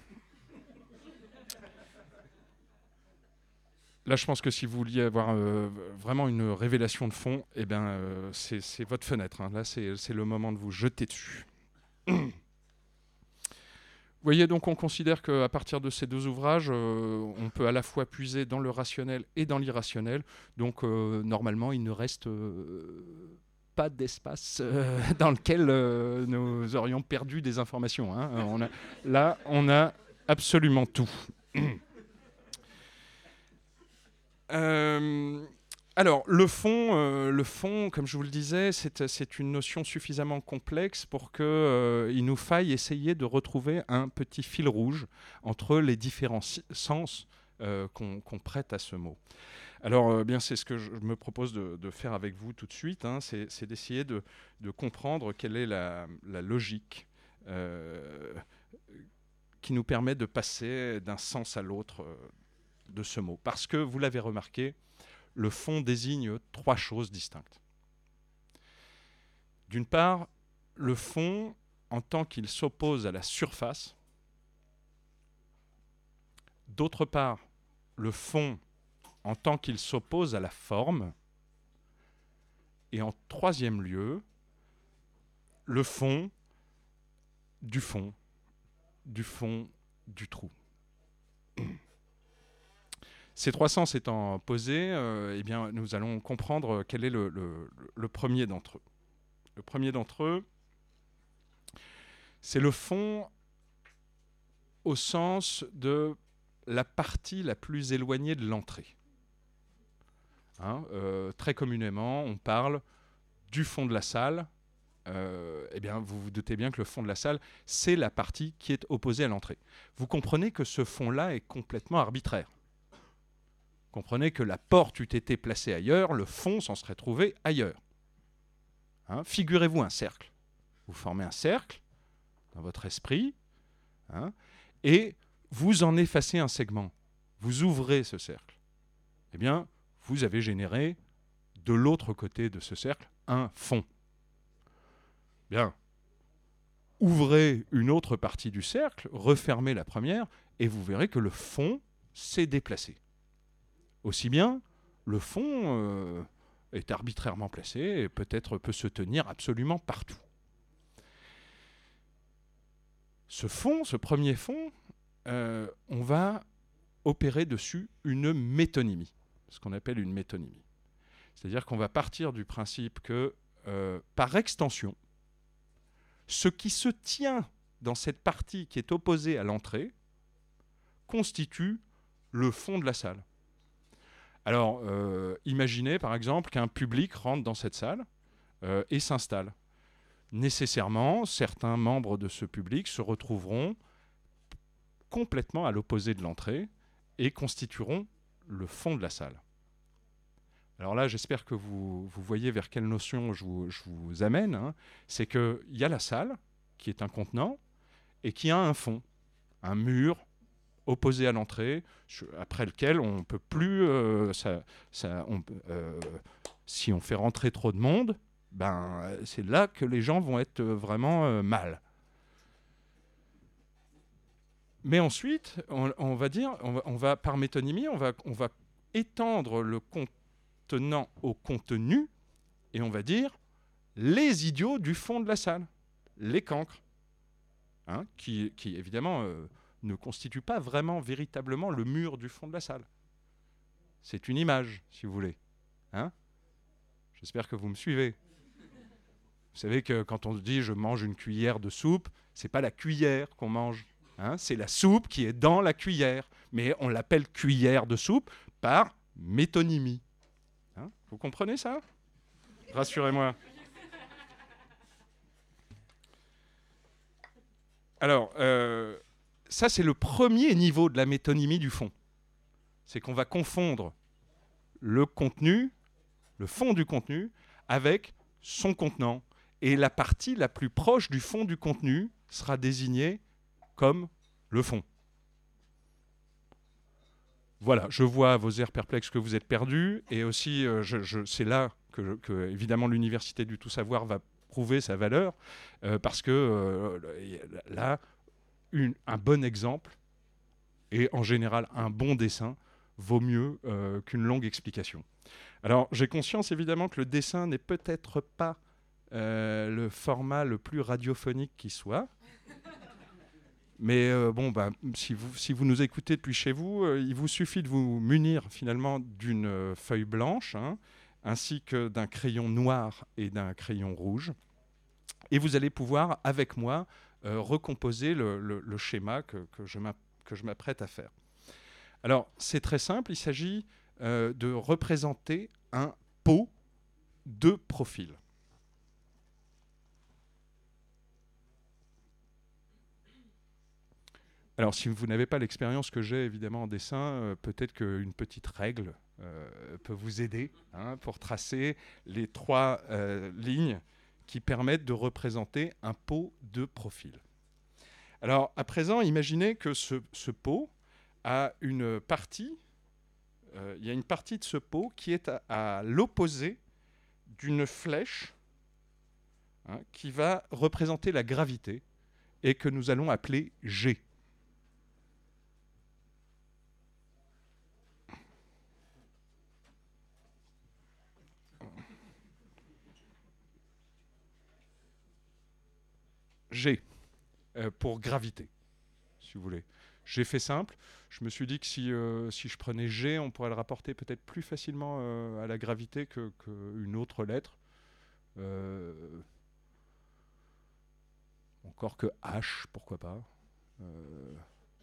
Là, je pense que si vous vouliez avoir euh, vraiment une révélation de fond, eh ben, euh, c'est, c'est votre fenêtre. Hein. Là, c'est, c'est le moment de vous jeter dessus. Vous voyez, donc, on considère qu'à partir de ces deux ouvrages, euh, on peut à la fois puiser dans le rationnel et dans l'irrationnel. Donc, euh, normalement, il ne reste euh, pas d'espace euh, dans lequel euh, nous aurions perdu des informations. Hein. On a, là, on a absolument tout. Euh, alors, le fond, euh, le fond, comme je vous le disais, c'est, c'est une notion suffisamment complexe pour qu'il euh, nous faille essayer de retrouver un petit fil rouge entre les différents si- sens euh, qu'on, qu'on prête à ce mot. Alors, euh, bien, c'est ce que je me propose de, de faire avec vous tout de suite, hein, c'est, c'est d'essayer de, de comprendre quelle est la, la logique euh, qui nous permet de passer d'un sens à l'autre euh, de ce mot. Parce que, vous l'avez remarqué, le fond désigne trois choses distinctes. D'une part, le fond, en tant qu'il s'oppose à la surface. D'autre part, le fond, en tant qu'il s'oppose à la forme. Et en troisième lieu, le fond du fond, du fond du trou. Ces trois sens étant posés, euh, eh bien, nous allons comprendre quel est le, le, le premier d'entre eux. Le premier d'entre eux, c'est le fond au sens de la partie la plus éloignée de l'entrée. Hein, euh, très communément, on parle du fond de la salle. Euh, eh bien, vous vous doutez bien que le fond de la salle, c'est la partie qui est opposée à l'entrée. Vous comprenez que ce fond-là est complètement arbitraire. Comprenez que la porte eût été placée ailleurs, le fond s'en serait trouvé ailleurs. Hein, figurez-vous un cercle. Vous formez un cercle dans votre esprit, hein, et vous en effacez un segment. Vous ouvrez ce cercle. Eh bien, vous avez généré de l'autre côté de ce cercle un fond. Bien. Ouvrez une autre partie du cercle, refermez la première, et vous verrez que le fond s'est déplacé. Aussi bien, le fond euh, est arbitrairement placé et peut-être peut se tenir absolument partout. Ce fond, ce premier fond, euh, on va opérer dessus une métonymie, ce qu'on appelle une métonymie. C'est-à-dire qu'on va partir du principe que, euh, par extension, ce qui se tient dans cette partie qui est opposée à l'entrée constitue le fond de la salle. Alors, euh, imaginez par exemple qu'un public rentre dans cette salle euh, et s'installe. Nécessairement, certains membres de ce public se retrouveront complètement à l'opposé de l'entrée et constitueront le fond de la salle. Alors là, j'espère que vous, vous voyez vers quelle notion je vous, je vous amène. Hein. C'est qu'il y a la salle, qui est un contenant, et qui a un fond, un mur opposé à l'entrée, après lequel on ne peut plus... Euh, ça, ça, on, euh, si on fait rentrer trop de monde, ben, c'est là que les gens vont être vraiment euh, mal. Mais ensuite, on, on va dire, on va, on va, par métonymie, on va, on va étendre le contenant au contenu, et on va dire les idiots du fond de la salle, les cancres, hein, qui, qui évidemment euh, ne constituent pas vraiment, véritablement le mur du fond de la salle. C'est une image, si vous voulez. Hein ? J'espère que vous me suivez. Vous savez que quand on dit « je mange une cuillère de soupe », c'est pas la cuillère qu'on mange. Hein, c'est la soupe qui est dans la cuillère, mais on l'appelle cuillère de soupe par métonymie. Hein, vous comprenez ça ? Rassurez-moi. Alors, euh, ça c'est le premier niveau de la métonymie du fond. C'est qu'on va confondre le contenu, le fond du contenu, avec son contenant. Et la partie la plus proche du fond du contenu sera désignée comme le fond. Voilà, je vois à vos airs perplexes que vous êtes perdus, et aussi, euh, je, je, c'est là que, que, évidemment, l'Université du Tout-Savoir va prouver sa valeur, euh, parce que euh, là, une, un bon exemple, et en général un bon dessin, vaut mieux euh, qu'une longue explication. Alors, j'ai conscience, évidemment, que le dessin n'est peut-être pas euh, le format le plus radiophonique qui soit, mais euh, bon, bah, si, vous, si vous nous écoutez depuis chez vous, euh, il vous suffit de vous munir finalement d'une euh, feuille blanche, hein, ainsi que d'un crayon noir et d'un crayon rouge. Et vous allez pouvoir, avec moi, euh, recomposer le, le, le schéma que, que je m'apprête à faire. Alors, c'est très simple, il s'agit euh, de représenter un pot de profil. Alors, si vous n'avez pas l'expérience que j'ai, évidemment, en dessin, euh, peut-être qu'une petite règle euh, peut vous aider, hein, pour tracer les trois euh, lignes qui permettent de représenter un pot de profil. Alors, à présent, imaginez que ce, ce pot a une partie, euh, il y a une partie de ce pot qui est à, à l'opposé d'une flèche, hein, qui va représenter la gravité et que nous allons appeler G. G, euh, pour gravité, si vous voulez. J'ai fait simple. Je me suis dit que si, euh, si je prenais G, on pourrait le rapporter peut-être plus facilement euh, à la gravité que, qu'une autre lettre. Euh, encore que H, pourquoi pas. Euh,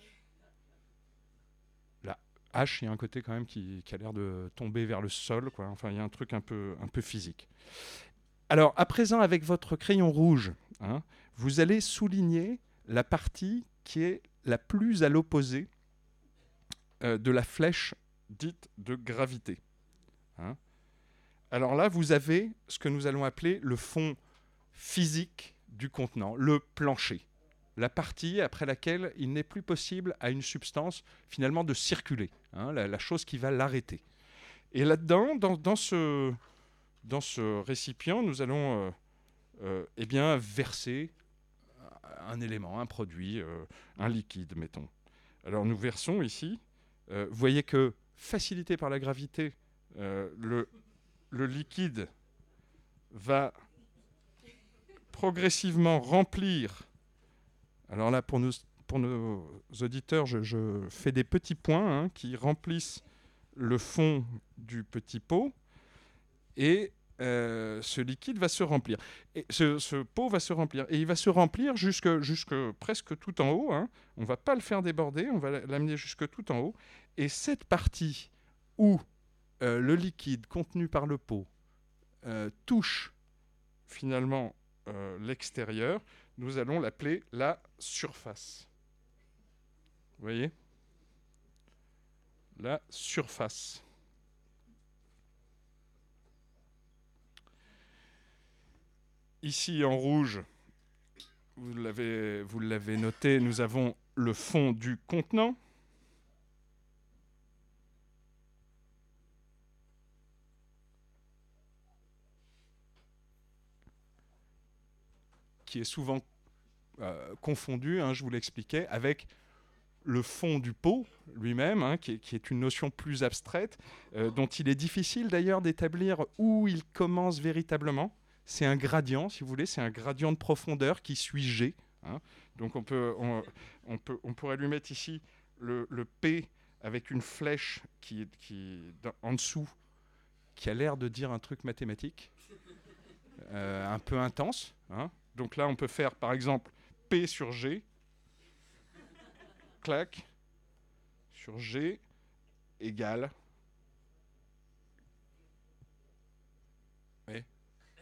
la H, il y a un côté quand même qui, qui a l'air de tomber vers le sol, quoi. Enfin, il y a un truc un peu, un peu physique. Alors, à présent, avec votre crayon rouge, hein, vous allez souligner la partie qui est la plus à l'opposé euh, de la flèche dite de gravité. Hein. Alors là, vous avez ce que nous allons appeler le fond physique du contenant, le plancher. La partie après laquelle il n'est plus possible à une substance finalement de circuler, hein, la, la chose qui va l'arrêter. Et là-dedans, dans, dans, ce, dans ce récipient, nous allons euh, euh, eh bien, verser un élément, un produit, euh, un liquide, mettons. Alors nous versons ici, euh, vous voyez que, facilité par la gravité, euh, le, le liquide va progressivement remplir. Alors là, pour, nous, pour nos auditeurs, je, je fais des petits points hein, qui remplissent le fond du petit pot et euh, ce liquide va se remplir. Et ce, ce pot va se remplir et il va se remplir jusque, jusque presque tout en haut. Hein. On ne va pas le faire déborder, on va l'amener jusque tout en haut. Et cette partie où euh, le liquide contenu par le pot euh, touche finalement euh, l'extérieur, nous allons l'appeler la surface. Vous voyez ? La surface. Ici en rouge, vous l'avez, vous l'avez noté, nous avons le fond du contenant. Qui est souvent euh, confondu, hein, je vous l'expliquais, avec le fond du pot lui-même, hein, qui, est, qui est une notion plus abstraite, euh, dont il est difficile d'ailleurs d'établir où il commence véritablement. C'est un gradient, si vous voulez, c'est un gradient de profondeur qui suit G. Hein. Donc on, peut, on, on, peut, on pourrait lui mettre ici le, le P avec une flèche qui, qui, en dessous, qui a l'air de dire un truc mathématique, euh, un peu intense. Hein. Donc là, on peut faire, par exemple, P sur G, clac, sur G, égale. Oui.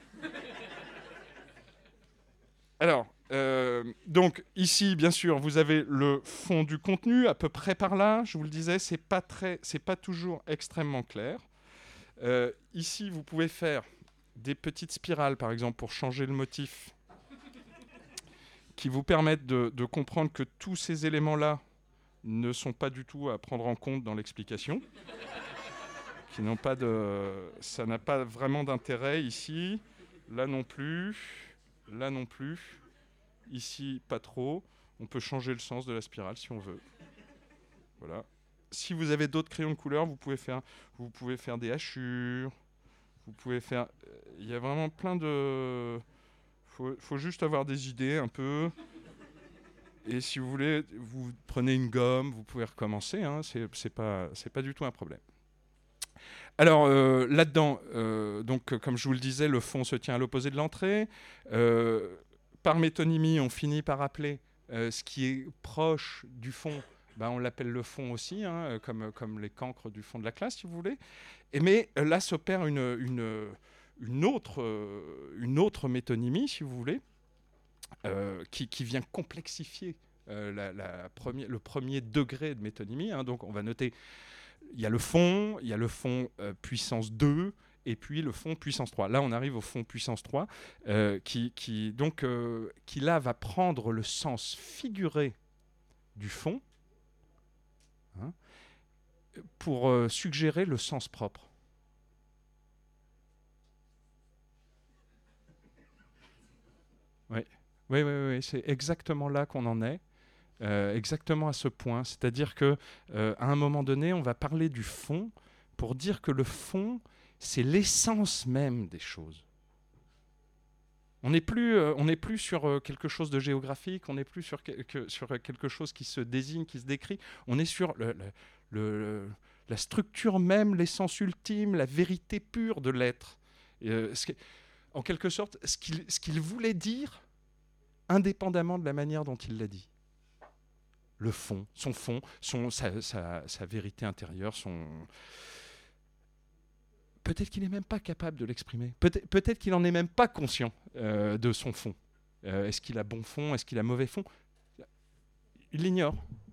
Alors, euh, donc ici, bien sûr, vous avez le fond du contenu, à peu près par là. Je vous le disais, c'est pas très, c'est pas toujours extrêmement clair. Euh, ici, vous pouvez faire des petites spirales, par exemple, pour changer le motif, qui vous permettent de, de comprendre que tous ces éléments-là ne sont pas du tout à prendre en compte dans l'explication. Qui n'ont pas de, ça n'a pas vraiment d'intérêt ici, là non plus, là non plus, ici pas trop. On peut changer le sens de la spirale si on veut. Voilà. Si vous avez d'autres crayons de couleur, vous pouvez faire, vous pouvez faire des hachures. Vous pouvez faire. Il y a vraiment plein de. Faut, faut juste avoir des idées un peu. Et si vous voulez, vous prenez une gomme, vous pouvez recommencer. Hein, c'est, c'est pas, c'est pas du tout un problème. Alors euh, là-dedans, euh, donc comme je vous le disais, le fond se tient à l'opposé de l'entrée. Euh, par métonymie, on finit par appeler euh, ce qui est proche du fond. Ben, on l'appelle le fond aussi, hein, comme, comme les cancres du fond de la classe, si vous voulez. Et mais là s'opère une, une, une, autre, une autre métonymie, si vous voulez, euh, qui, qui vient complexifier euh, la, la premier, le premier degré de métonymie. Hein. Donc on va noter, il y a le fond, il y a le fond euh, puissance deux, et puis le fond puissance trois. Là, on arrive au fond puissance trois, euh, qui, qui, donc, euh, qui là va prendre le sens figuré du fond, hein, pour euh, suggérer le sens propre. Oui, oui, oui, oui, c'est exactement là qu'on en est, euh, exactement à ce point. C'est-à-dire qu'à euh, un moment donné, on va parler du fond pour dire que le fond, c'est l'essence même des choses. On n'est plus, euh, on n'est plus sur euh, quelque chose de géographique, on n'est plus sur, que, sur quelque chose qui se désigne, qui se décrit. On est sur le, le, le, la structure même, l'essence ultime, la vérité pure de l'être. Euh, ce qui, en quelque sorte, ce qu'il, ce qu'il voulait dire, indépendamment de la manière dont il l'a dit. Le fond, son fond, son, sa, sa, sa vérité intérieure, son... Peut-être qu'il n'est même pas capable de l'exprimer. Peut-être, peut-être qu'il n'en est même pas conscient euh, de son fond. Euh, est-ce qu'il a bon fond? Est-ce qu'il a mauvais fond? Il l'ignore.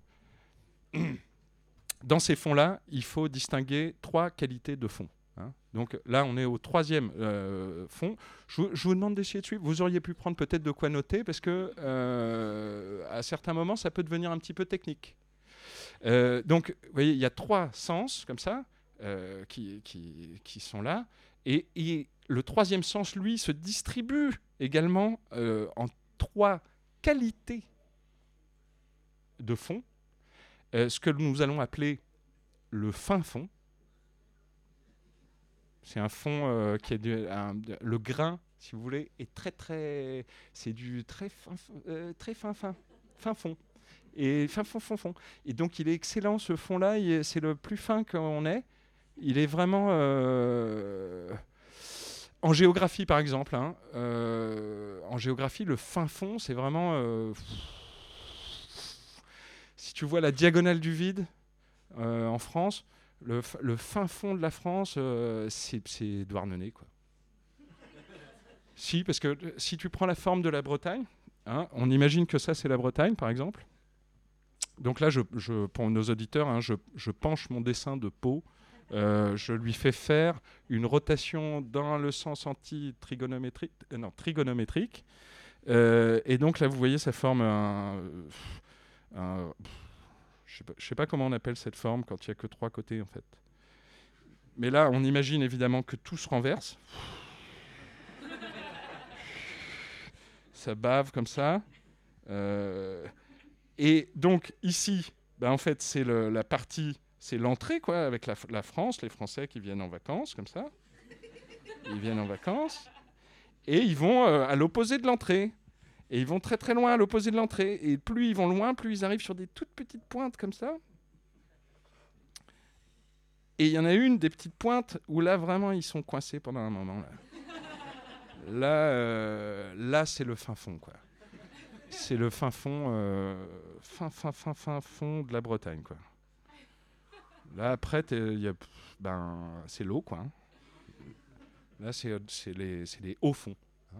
Dans ces fonds-là, il faut distinguer trois qualités de fond. Hein. Donc là, on est au troisième euh, fond. Je, je vous demande d'essayer de suivre. Vous auriez pu prendre peut-être de quoi noter, parce que euh, à certains moments, ça peut devenir un petit peu technique. Euh, donc, vous voyez, il y a trois sens, comme ça, Euh, qui, qui, qui sont là. Et, et le troisième sens, lui, se distribue également euh, en trois qualités de fond. Euh, ce que nous allons appeler le fin fond. C'est un fond euh, qui est du, un, le grain, si vous voulez, est très très, c'est du très fin, euh, très fin fin, fin fond. Et fin, fond, fond, fond. Et donc, il est excellent, ce fond-là. il est- C'est le plus fin qu'on ait. Il est vraiment... euh, En géographie, par exemple, hein, euh, en géographie, le fin fond, c'est vraiment... euh, Si tu vois la diagonale du vide euh, en France, le, f- le fin fond de la France, euh, c'est c'est Douarnenez, quoi. Si, parce que euh, si tu prends la forme de la Bretagne, hein, on imagine que ça, c'est la Bretagne, par exemple. Donc là, je, je- pour nos auditeurs, hein, je, je penche mon dessin de peau. Euh, je lui fais faire une rotation dans le sens anti-trigonométrique, euh, non, trigonométrique. Euh, et donc là, vous voyez, ça forme un... un je sais pas, je sais pas comment on appelle cette forme quand il n'y a que trois côtés, en fait. Mais là, on imagine évidemment que tout se renverse. Ça bave comme ça. Euh, et donc ici, ben, en fait, c'est le- la partie, c'est l'entrée, quoi, avec la, F- la France, les Français qui viennent en vacances, comme ça. Ils viennent en vacances. Et ils vont euh, à l'opposé de l'entrée. Et ils vont très très loin à l'opposé de l'entrée. Et plus ils vont loin, plus ils arrivent sur des toutes petites pointes comme ça. Et il y en a une des petites pointes où là vraiment ils sont coincés pendant un moment. Là, là, euh, là c'est le fin fond, quoi. C'est le fin fond, euh, fin fin fin fin fond de la Bretagne, quoi. Là après, t'es- y a, ben c'est l'eau, quoi. Hein. Là c'est c'est les c'est les hauts fonds. Hein.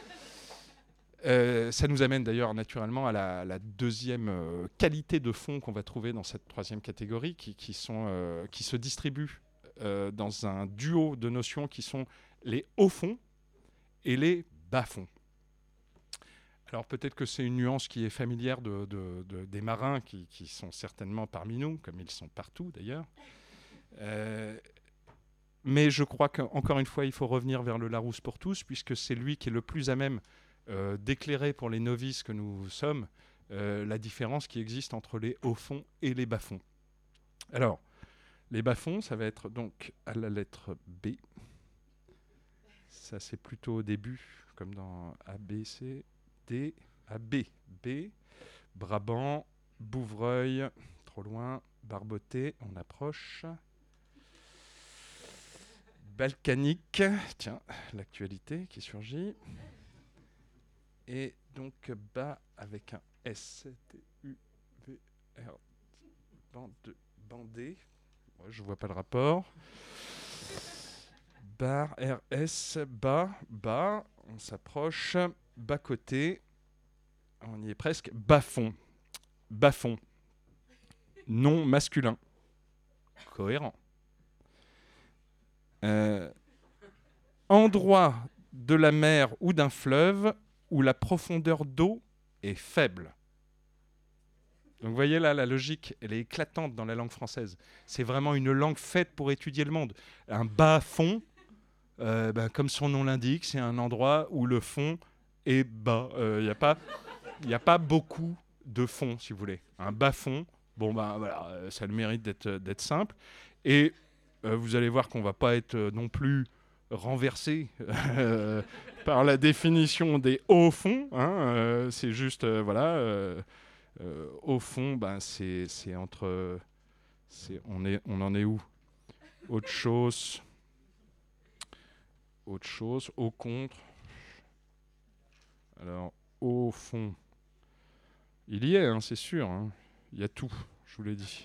Euh, ça nous amène d'ailleurs naturellement à la, la deuxième euh, qualité de fond qu'on va trouver dans cette troisième catégorie, qui, qui, sont, euh, qui se distribuent euh, dans un duo de notions qui sont les hauts fonds et les bas fonds. Alors peut-être que c'est une nuance qui est familière de, de, de, des marins qui, qui sont certainement parmi nous, comme ils sont partout d'ailleurs. Euh, mais je crois qu'encore une fois, il faut revenir vers le Larousse pour tous, puisque c'est lui qui est le plus à même Euh, d'éclairer pour les novices que nous sommes euh, la différence qui existe entre les hauts fonds et les bas fonds. Alors, les bas fonds, ça va être donc à la lettre B. Ça, c'est plutôt au début, comme dans A, B, C, D, A, B. B, Brabant, Bouvreuil, trop loin, Barbotet, on approche. Balkanique, tiens, l'actualité qui surgit. Et donc bas avec un S, T, U, V, R, bande, bandé. Ouais, je vois pas le rapport. Bar, R, S, bas, bas. On s'approche. Bas côté. On y est presque. Bas fond. Bas fond. Non masculin. Cohérent. Euh, endroit de la mer ou d'un fleuve où la profondeur d'eau est faible. Donc vous voyez là, la logique, elle est éclatante dans la langue française. C'est vraiment une langue faite pour étudier le monde. Un bas fond, euh, ben, comme son nom l'indique, c'est un endroit où le fond est bas. Il euh, n'y a pas, y a pas beaucoup de fond, si vous voulez. Un bas fond, bon ben voilà, ça a le mérite d'être, d'être simple. Et euh, vous allez voir qu'on ne va pas être euh, non plus renversé euh, par la définition des hauts fonds. Hein, euh, c'est juste, euh, voilà, euh, euh, au fond, ben, c'est, c'est entre... C'est, on, est, on en est où? Autre chose. Autre chose. Au contre. Alors, au fond. Il y est, hein, c'est sûr. Hein. Il y a tout, je vous l'ai dit.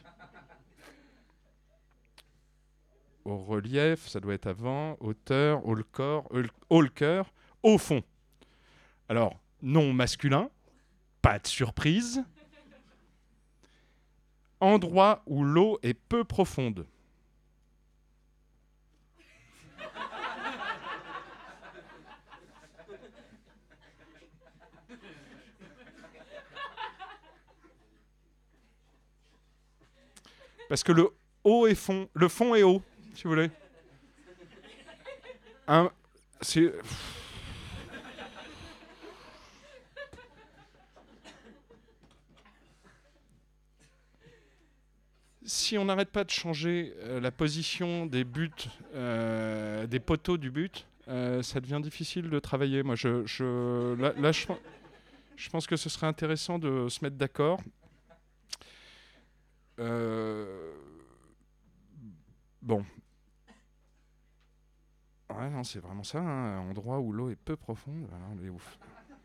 Au relief, ça doit être avant, hauteur, haut le corps, haut le cœur, au fond. Alors, nom masculin, pas de surprise. Endroit où l'eau est peu profonde. Parce que le haut est fond, le fond est haut. Si vous voulez. Un, c'est... Si on n'arrête pas de changer euh, la position des buts, euh, des poteaux du but, euh, ça devient difficile de travailler. Moi, je, je, là, là je, je pense que ce serait intéressant de se mettre d'accord. euh, bon. Ouais, non, c'est vraiment ça, hein, un endroit où l'eau est peu profonde. Alors, elle est ouf.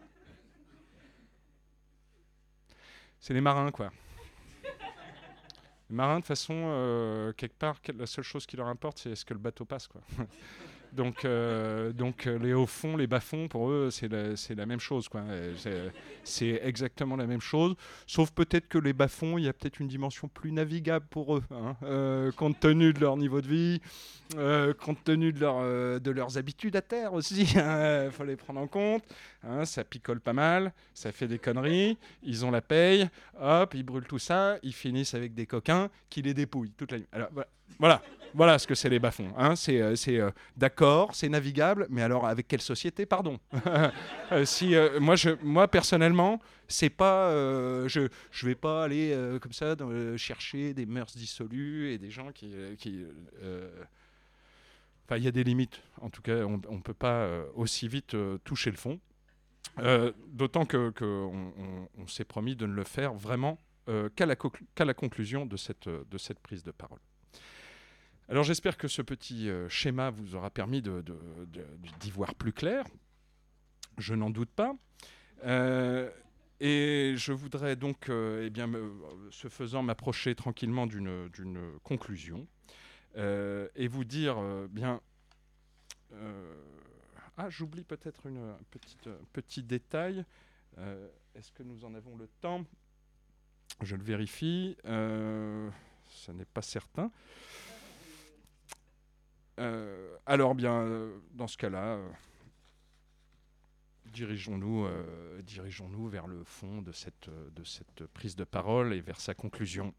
C'est les marins, quoi. Les marins, de toute façon, euh, quelque part, la seule chose qui leur importe, c'est est-ce que le bateau passe, quoi. Donc, euh, donc euh, les hauts fonds, les bas fonds, pour eux, c'est la, c'est la même chose, quoi. C'est, c'est exactement la même chose, sauf peut-être que les bas fonds, il y a peut-être une dimension plus navigable pour eux, hein, euh, compte tenu de leur niveau de vie, euh, compte tenu de, leur, euh, de leurs habitudes à terre aussi. Il hein, faut les prendre en compte. Hein, ça picole pas mal, ça fait des conneries, ils ont la paye, hop, ils brûlent tout ça, ils finissent avec des coquins qui les dépouillent toute la nuit. Alors voilà. Voilà, voilà ce que c'est les bas-fonds. Hein. C'est, euh, c'est euh, d'accord, c'est navigable, mais alors avec quelle société, pardon. euh, si, euh, moi, je, moi, personnellement, c'est pas, euh, je ne vais pas aller euh, comme ça dans, euh, chercher des mœurs dissolues et des gens qui... Euh, qui euh, enfin, il y a des limites. En tout cas, on ne peut pas euh, aussi vite euh, toucher le fond. Euh, d'autant qu'on que on, on, on s'est promis de ne le faire vraiment euh, qu'à la, conclu- qu'à la conclusion de cette, de cette prise de parole. Alors j'espère que ce petit euh, schéma vous aura permis de, de, de, d'y voir plus clair. Je n'en doute pas. Euh, et je voudrais donc, euh, eh bien, me, ce faisant, m'approcher tranquillement d'une, d'une conclusion euh, et vous dire, euh, bien... Euh, ah, j'oublie peut-être une, un petit, un petit détail. Euh, est-ce que nous en avons le temps ? Je le vérifie. Euh, ça n'est pas certain. Euh, alors bien, euh, dans ce cas-là, euh, dirigeons-nous, euh, dirigeons-nous vers le fond de cette, de cette prise de parole et vers sa conclusion.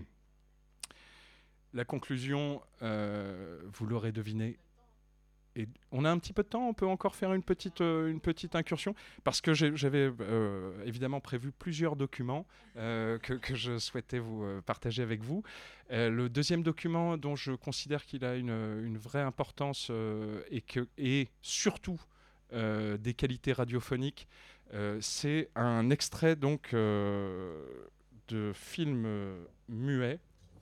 La conclusion, euh, vous l'aurez deviné, et on a un petit peu de temps, on peut encore faire une petite, euh, une petite incursion, parce que j'ai, j'avais euh, évidemment prévu plusieurs documents euh, que, que je souhaitais vous euh, partager avec vous. Euh, le deuxième document dont je considère qu'il a une, une vraie importance euh, et, que, et surtout euh, des qualités radiophoniques, euh, c'est un extrait donc, euh, de film euh, muet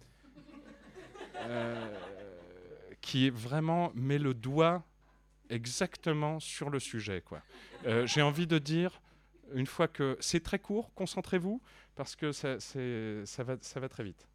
euh, qui vraiment met le doigt exactement sur le sujet, quoi. Euh, j'ai envie de dire, une fois que c'est très court, concentrez-vous, parce que ça, c'est, ça, va, ça va très vite.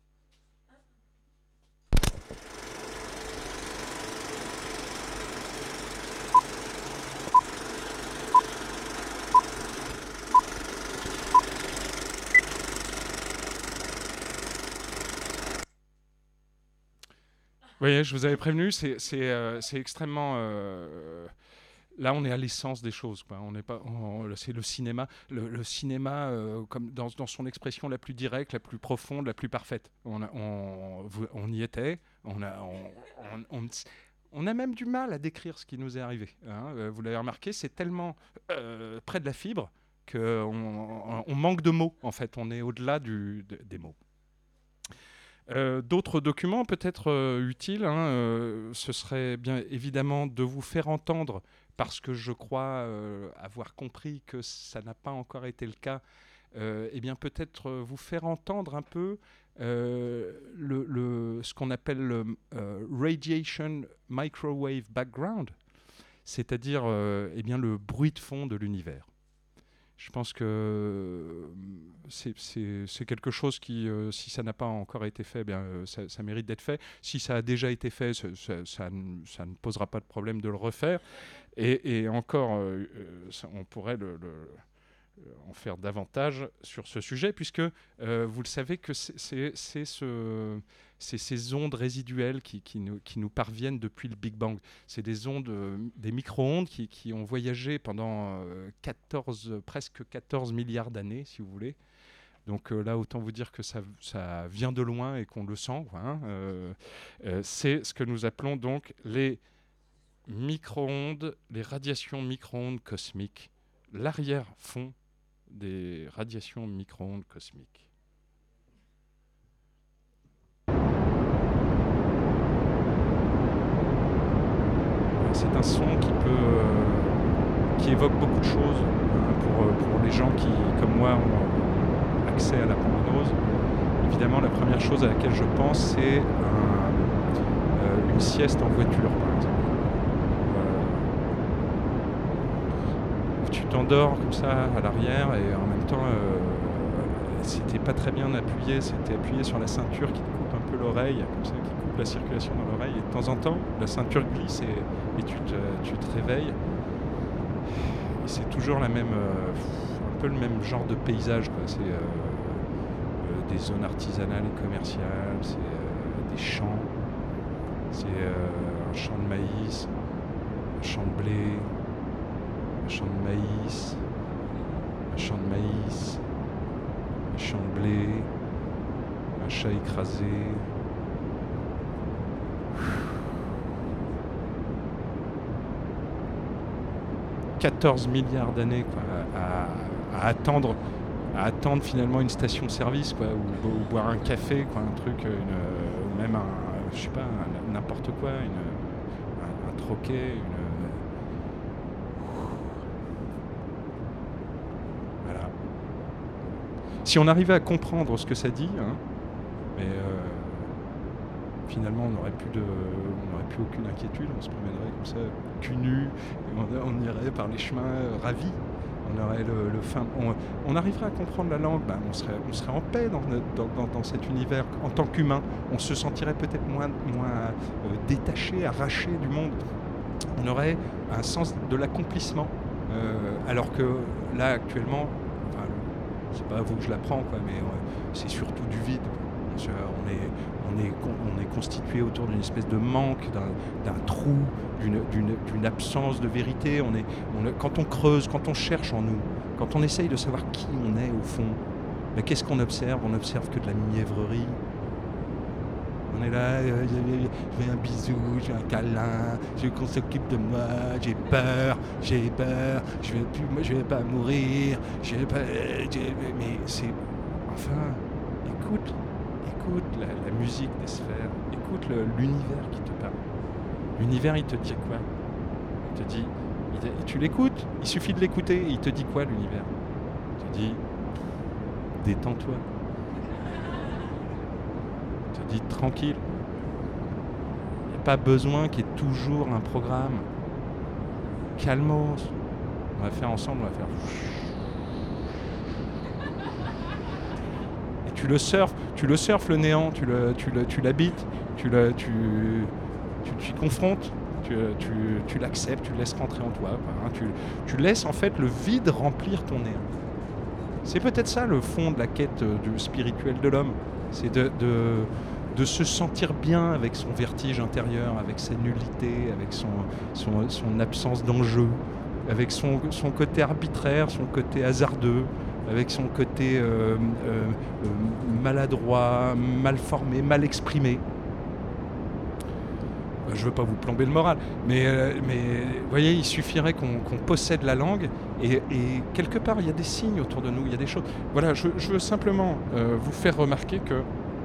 Vous voyez, je vous avais prévenu, c'est, c'est, euh, c'est extrêmement... Euh, là, on est à l'essence des choses, quoi. On n'est pas, on, c'est le cinéma, le, le cinéma euh, comme dans, dans son expression la plus directe, la plus profonde, la plus parfaite. On, a, on, on y était, on a, on, on, on, on a même du mal à décrire ce qui nous est arrivé. Hein. Vous l'avez remarqué, c'est tellement euh, près de la fibre qu'on on, on manque de mots, en fait. On est au-delà du, de, des mots. Euh, d'autres documents peut-être euh, utiles, hein, euh, ce serait bien évidemment de vous faire entendre, parce que je crois euh, avoir compris que ça n'a pas encore été le cas, euh, et bien peut-être euh, vous faire entendre un peu euh, le, le, ce qu'on appelle le euh, Radiation Microwave Background, c'est-à-dire euh, eh bien, le bruit de fond de l'univers. Je pense que c'est, c'est, c'est quelque chose qui, euh, si ça n'a pas encore été fait, bien, euh, ça, ça mérite d'être fait. Si ça a déjà été fait, ça, ça, ça, ça ne posera pas de problème de le refaire. Et, et encore, euh, ça, on pourrait le, le, en faire davantage sur ce sujet, puisque euh, vous le savez que c'est, c'est, c'est, ce, c'est ces ondes résiduelles qui, qui, nous, qui nous parviennent depuis le Big Bang. C'est des ondes, euh, des micro-ondes qui, qui ont voyagé pendant euh, quatorze, presque quatorze milliards d'années, si vous voulez. Donc euh, là, autant vous dire que ça, ça vient de loin et qu'on le sent. Hein. Euh, euh, c'est ce que nous appelons donc les micro-ondes, les radiations micro-ondes cosmiques, l'arrière-fond des radiations micro-ondes cosmiques. C'est un son qui peut, euh, qui évoque beaucoup de choses hein, pour, pour les gens qui, comme moi, ont accès à la prognose. Il évidemment, la première chose à laquelle je pense, c'est un, euh, une sieste en voiture, par exemple. Euh, tu t'endors comme ça à l'arrière et en même temps, euh, c'était pas très bien appuyé, c'était appuyé sur la ceinture qui te coupe un peu l'oreille, comme ça, qui coupe la circulation dans l'oreille. Et de temps en temps, la ceinture glisse et, et tu, te, tu te réveilles. Et c'est toujours la même, euh, un peu le même genre de paysage, quoi. C'est euh, euh, des zones artisanales et commerciales, c'est euh, des champs, c'est euh, un champ de maïs, un champ de blé, un champ de maïs, un champ de maïs, un champ de blé, un chat écrasé. quatorze milliards d'années, quoi, à, à attendre, à attendre finalement une station-service, quoi, ou, ou boire un café, quoi, un truc, une, ou même un, je sais pas, un- n'importe quoi, une, un, un troquet, une, voilà. Si on arrivait à comprendre ce que ça dit, hein, mais euh, finalement on n'aurait plus de, on n'aurait plus aucune inquiétude, on se promènerait comme ça, cul nu, et on, on irait par les chemins euh, ravis. On aurait le, le fin, on, on arriverait à comprendre la langue, ben, on serait, on serait en paix dans, notre- dans, dans, dans cet univers. En tant qu'humain, on se sentirait peut-être moins, moins euh, détaché, arraché du monde. On aurait un sens de l'accomplissement, euh, alors que là actuellement, enfin, c'est pas à vous que je l'apprends, quoi, mais euh, c'est surtout du vide. On est, on est, con- on est constitué autour d'une espèce de manque, d'un, d'un trou, d'une, d'une, d'une absence de vérité. On est, on est- quand on creuse, quand on cherche en nous, quand on essaye de savoir qui on est au fond, mais qu'est-ce qu'on observe? On observe que de la mièvrerie. On est là, euh, je veux- je veux un bisou, je veux un câlin, je veux qu'on s'occupe de moi, j'ai peur, j'ai peur, je vais plus, moi, je vais pas mourir, je vais pas, euh, j'ai- mais c'est, enfin, écoute, écoute la, la musique des sphères, écoute le- l'univers qui te parle. L'univers, il te dit quoi? Il te dit, il te- tu l'écoutes, il suffit de l'écouter, il te dit quoi l'univers? Il te dit, détends-toi. Il te dit, tranquille. Il n'y a pas besoin qu'il y ait toujours un programme. Calmos. On va faire ensemble, on va faire... Et tu le surfes, tu le surfes le néant, tu, le, tu, le, tu l'habites, tu, le, tu, tu, tu y confrontes, tu, tu, tu l'acceptes, tu le laisses rentrer en toi, quoi, hein. tu, tu laisses en fait le vide remplir ton néant. C'est peut-être ça le fond de la quête euh, du spirituel de l'homme, c'est de, de, de se sentir bien avec son vertige intérieur, avec sa nullité, avec son, son, son absence d'enjeu, avec son, son côté arbitraire, son côté hasardeux, avec son côté euh, euh, euh, maladroit, mal formé, mal exprimé. Je ne veux pas vous plomber le moral, mais, euh, mais vous voyez, il suffirait qu'on qu'on possède la langue et, et quelque part, il y a des signes autour de nous, il y a des choses. Voilà, je, je veux simplement euh, vous faire remarquer que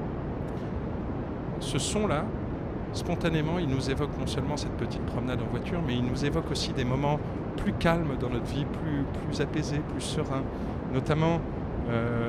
ce son-là, spontanément, il nous évoque non seulement cette petite promenade en voiture, mais il nous évoque aussi des moments plus calmes dans notre vie, plus, plus apaisés, plus sereins. Notamment, euh,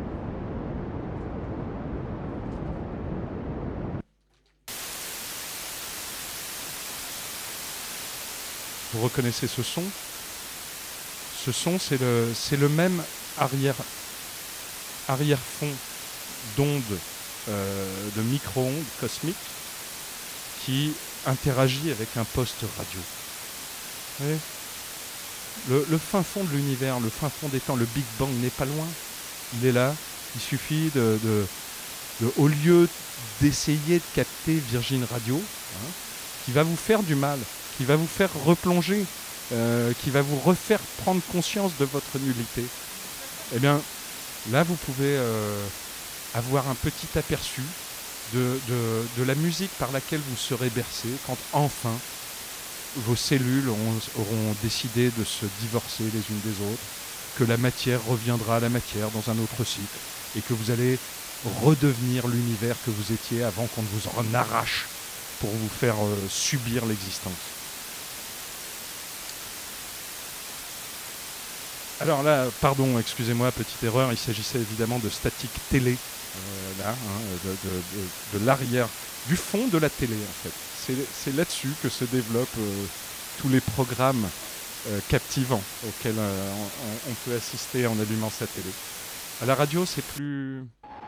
vous reconnaissez ce son? Ce son, c'est le, c'est le même arrière, arrière-fond d'ondes, euh, de micro-ondes cosmiques qui interagit avec un poste radio. Vous voyez, le, le fin fond de l'univers, le fin fond des temps, le Big Bang n'est pas loin. Il est là. Il suffit de, de, de au lieu d'essayer de capter Virgin Radio, hein, qui va vous faire du mal, qui va vous faire replonger, euh, qui va vous refaire prendre conscience de votre nullité, eh bien, là, vous pouvez euh, avoir un petit aperçu de, de, de la musique par laquelle vous serez bercé quand enfin vos cellules ont- auront décidé de se divorcer les unes des autres, que la matière reviendra à la matière dans un autre cycle et que vous allez redevenir l'univers que vous étiez avant qu'on ne vous en arrache pour vous faire euh, subir l'existence. Alors là, pardon, excusez-moi, petite erreur, il s'agissait évidemment de statique télé, euh, là, hein, de, de, de, de l'arrière, du fond de la télé en fait. C'est, c'est là-dessus que se développent euh, tous les programmes euh, captivants auxquels euh, on, on peut assister en allumant sa télé. À la radio, c'est plus...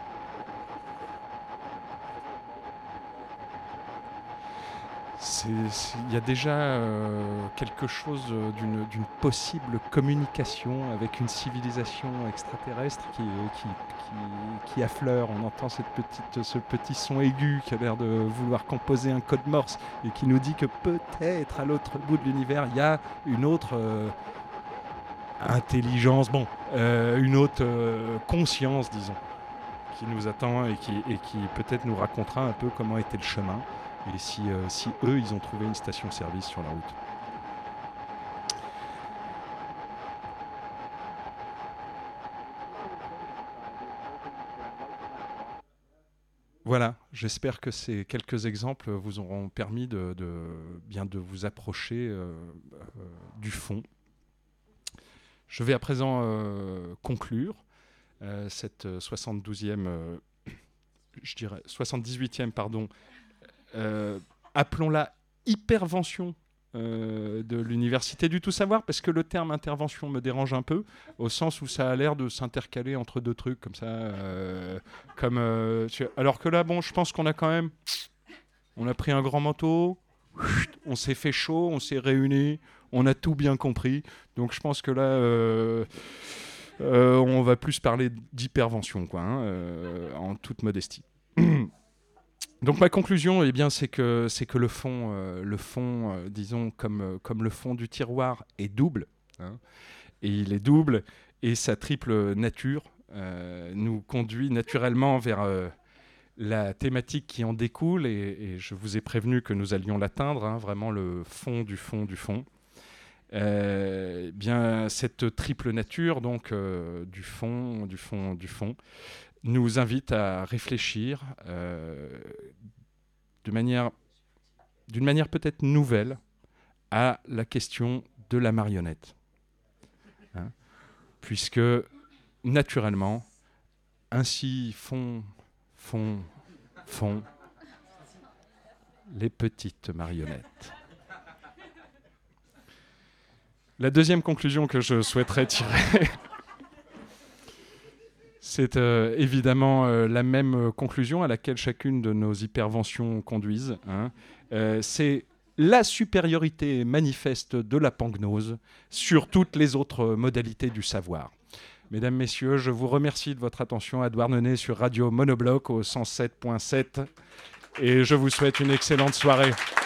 Il y a déjà euh, quelque chose euh, d'une, d'une possible communication avec une civilisation extraterrestre qui, qui, qui, qui affleure. On entend cette petite, ce petit son aigu qui a l'air de vouloir composer un code Morse et qui nous dit que peut-être à l'autre bout de l'univers, il y a une autre euh, intelligence, bon, euh, une autre euh, conscience, disons, qui nous attend et qui, et qui peut-être nous racontera un peu comment était le chemin. Et si, euh, si eux, ils ont trouvé une station-service sur la route. Voilà, j'espère que ces quelques exemples vous auront permis de, de, bien de vous approcher euh, euh, du fond. Je vais à présent euh, conclure euh, cette soixante-douzième, euh, je dirais soixante-dix-huitième, pardon, Euh, appelons-la hypervention euh, de l'université du tout savoir, parce que le terme intervention me dérange un peu, au sens où ça a l'air de s'intercaler entre deux trucs comme ça, euh, comme euh, alors que là, bon, je pense qu'on a quand même, on a pris un grand manteau, on s'est fait chaud, on s'est réunis, on a tout bien compris, donc je pense que là, euh, euh, on va plus parler d'hypervention, quoi, hein, euh, en toute modestie. Donc ma conclusion, eh bien, c'est que, c'est que le fond, euh, le fond euh, disons, comme, euh, comme le fond du tiroir est double, hein, et il est double, et sa triple nature euh, nous conduit naturellement vers euh, la thématique qui en découle, et, et je vous ai prévenu que nous allions l'atteindre, hein, vraiment le fond du fond du fond. Euh, eh bien, cette triple nature, donc, euh, du fond, du fond, du fond, nous invite à réfléchir euh, de manière, d'une manière peut-être nouvelle à la question de la marionnette. Hein, puisque, naturellement, ainsi font, font, font les petites marionnettes. La deuxième conclusion que je souhaiterais tirer... C'est euh, évidemment euh, la même euh, conclusion à laquelle chacune de nos hyperventions conduisent. Hein. Euh, c'est la supériorité manifeste de la pangnose sur toutes les autres modalités du savoir. Mesdames, Messieurs, je vous remercie de votre attention à Douarnenez sur Radio Monobloc au cent sept point sept et je vous souhaite une excellente soirée.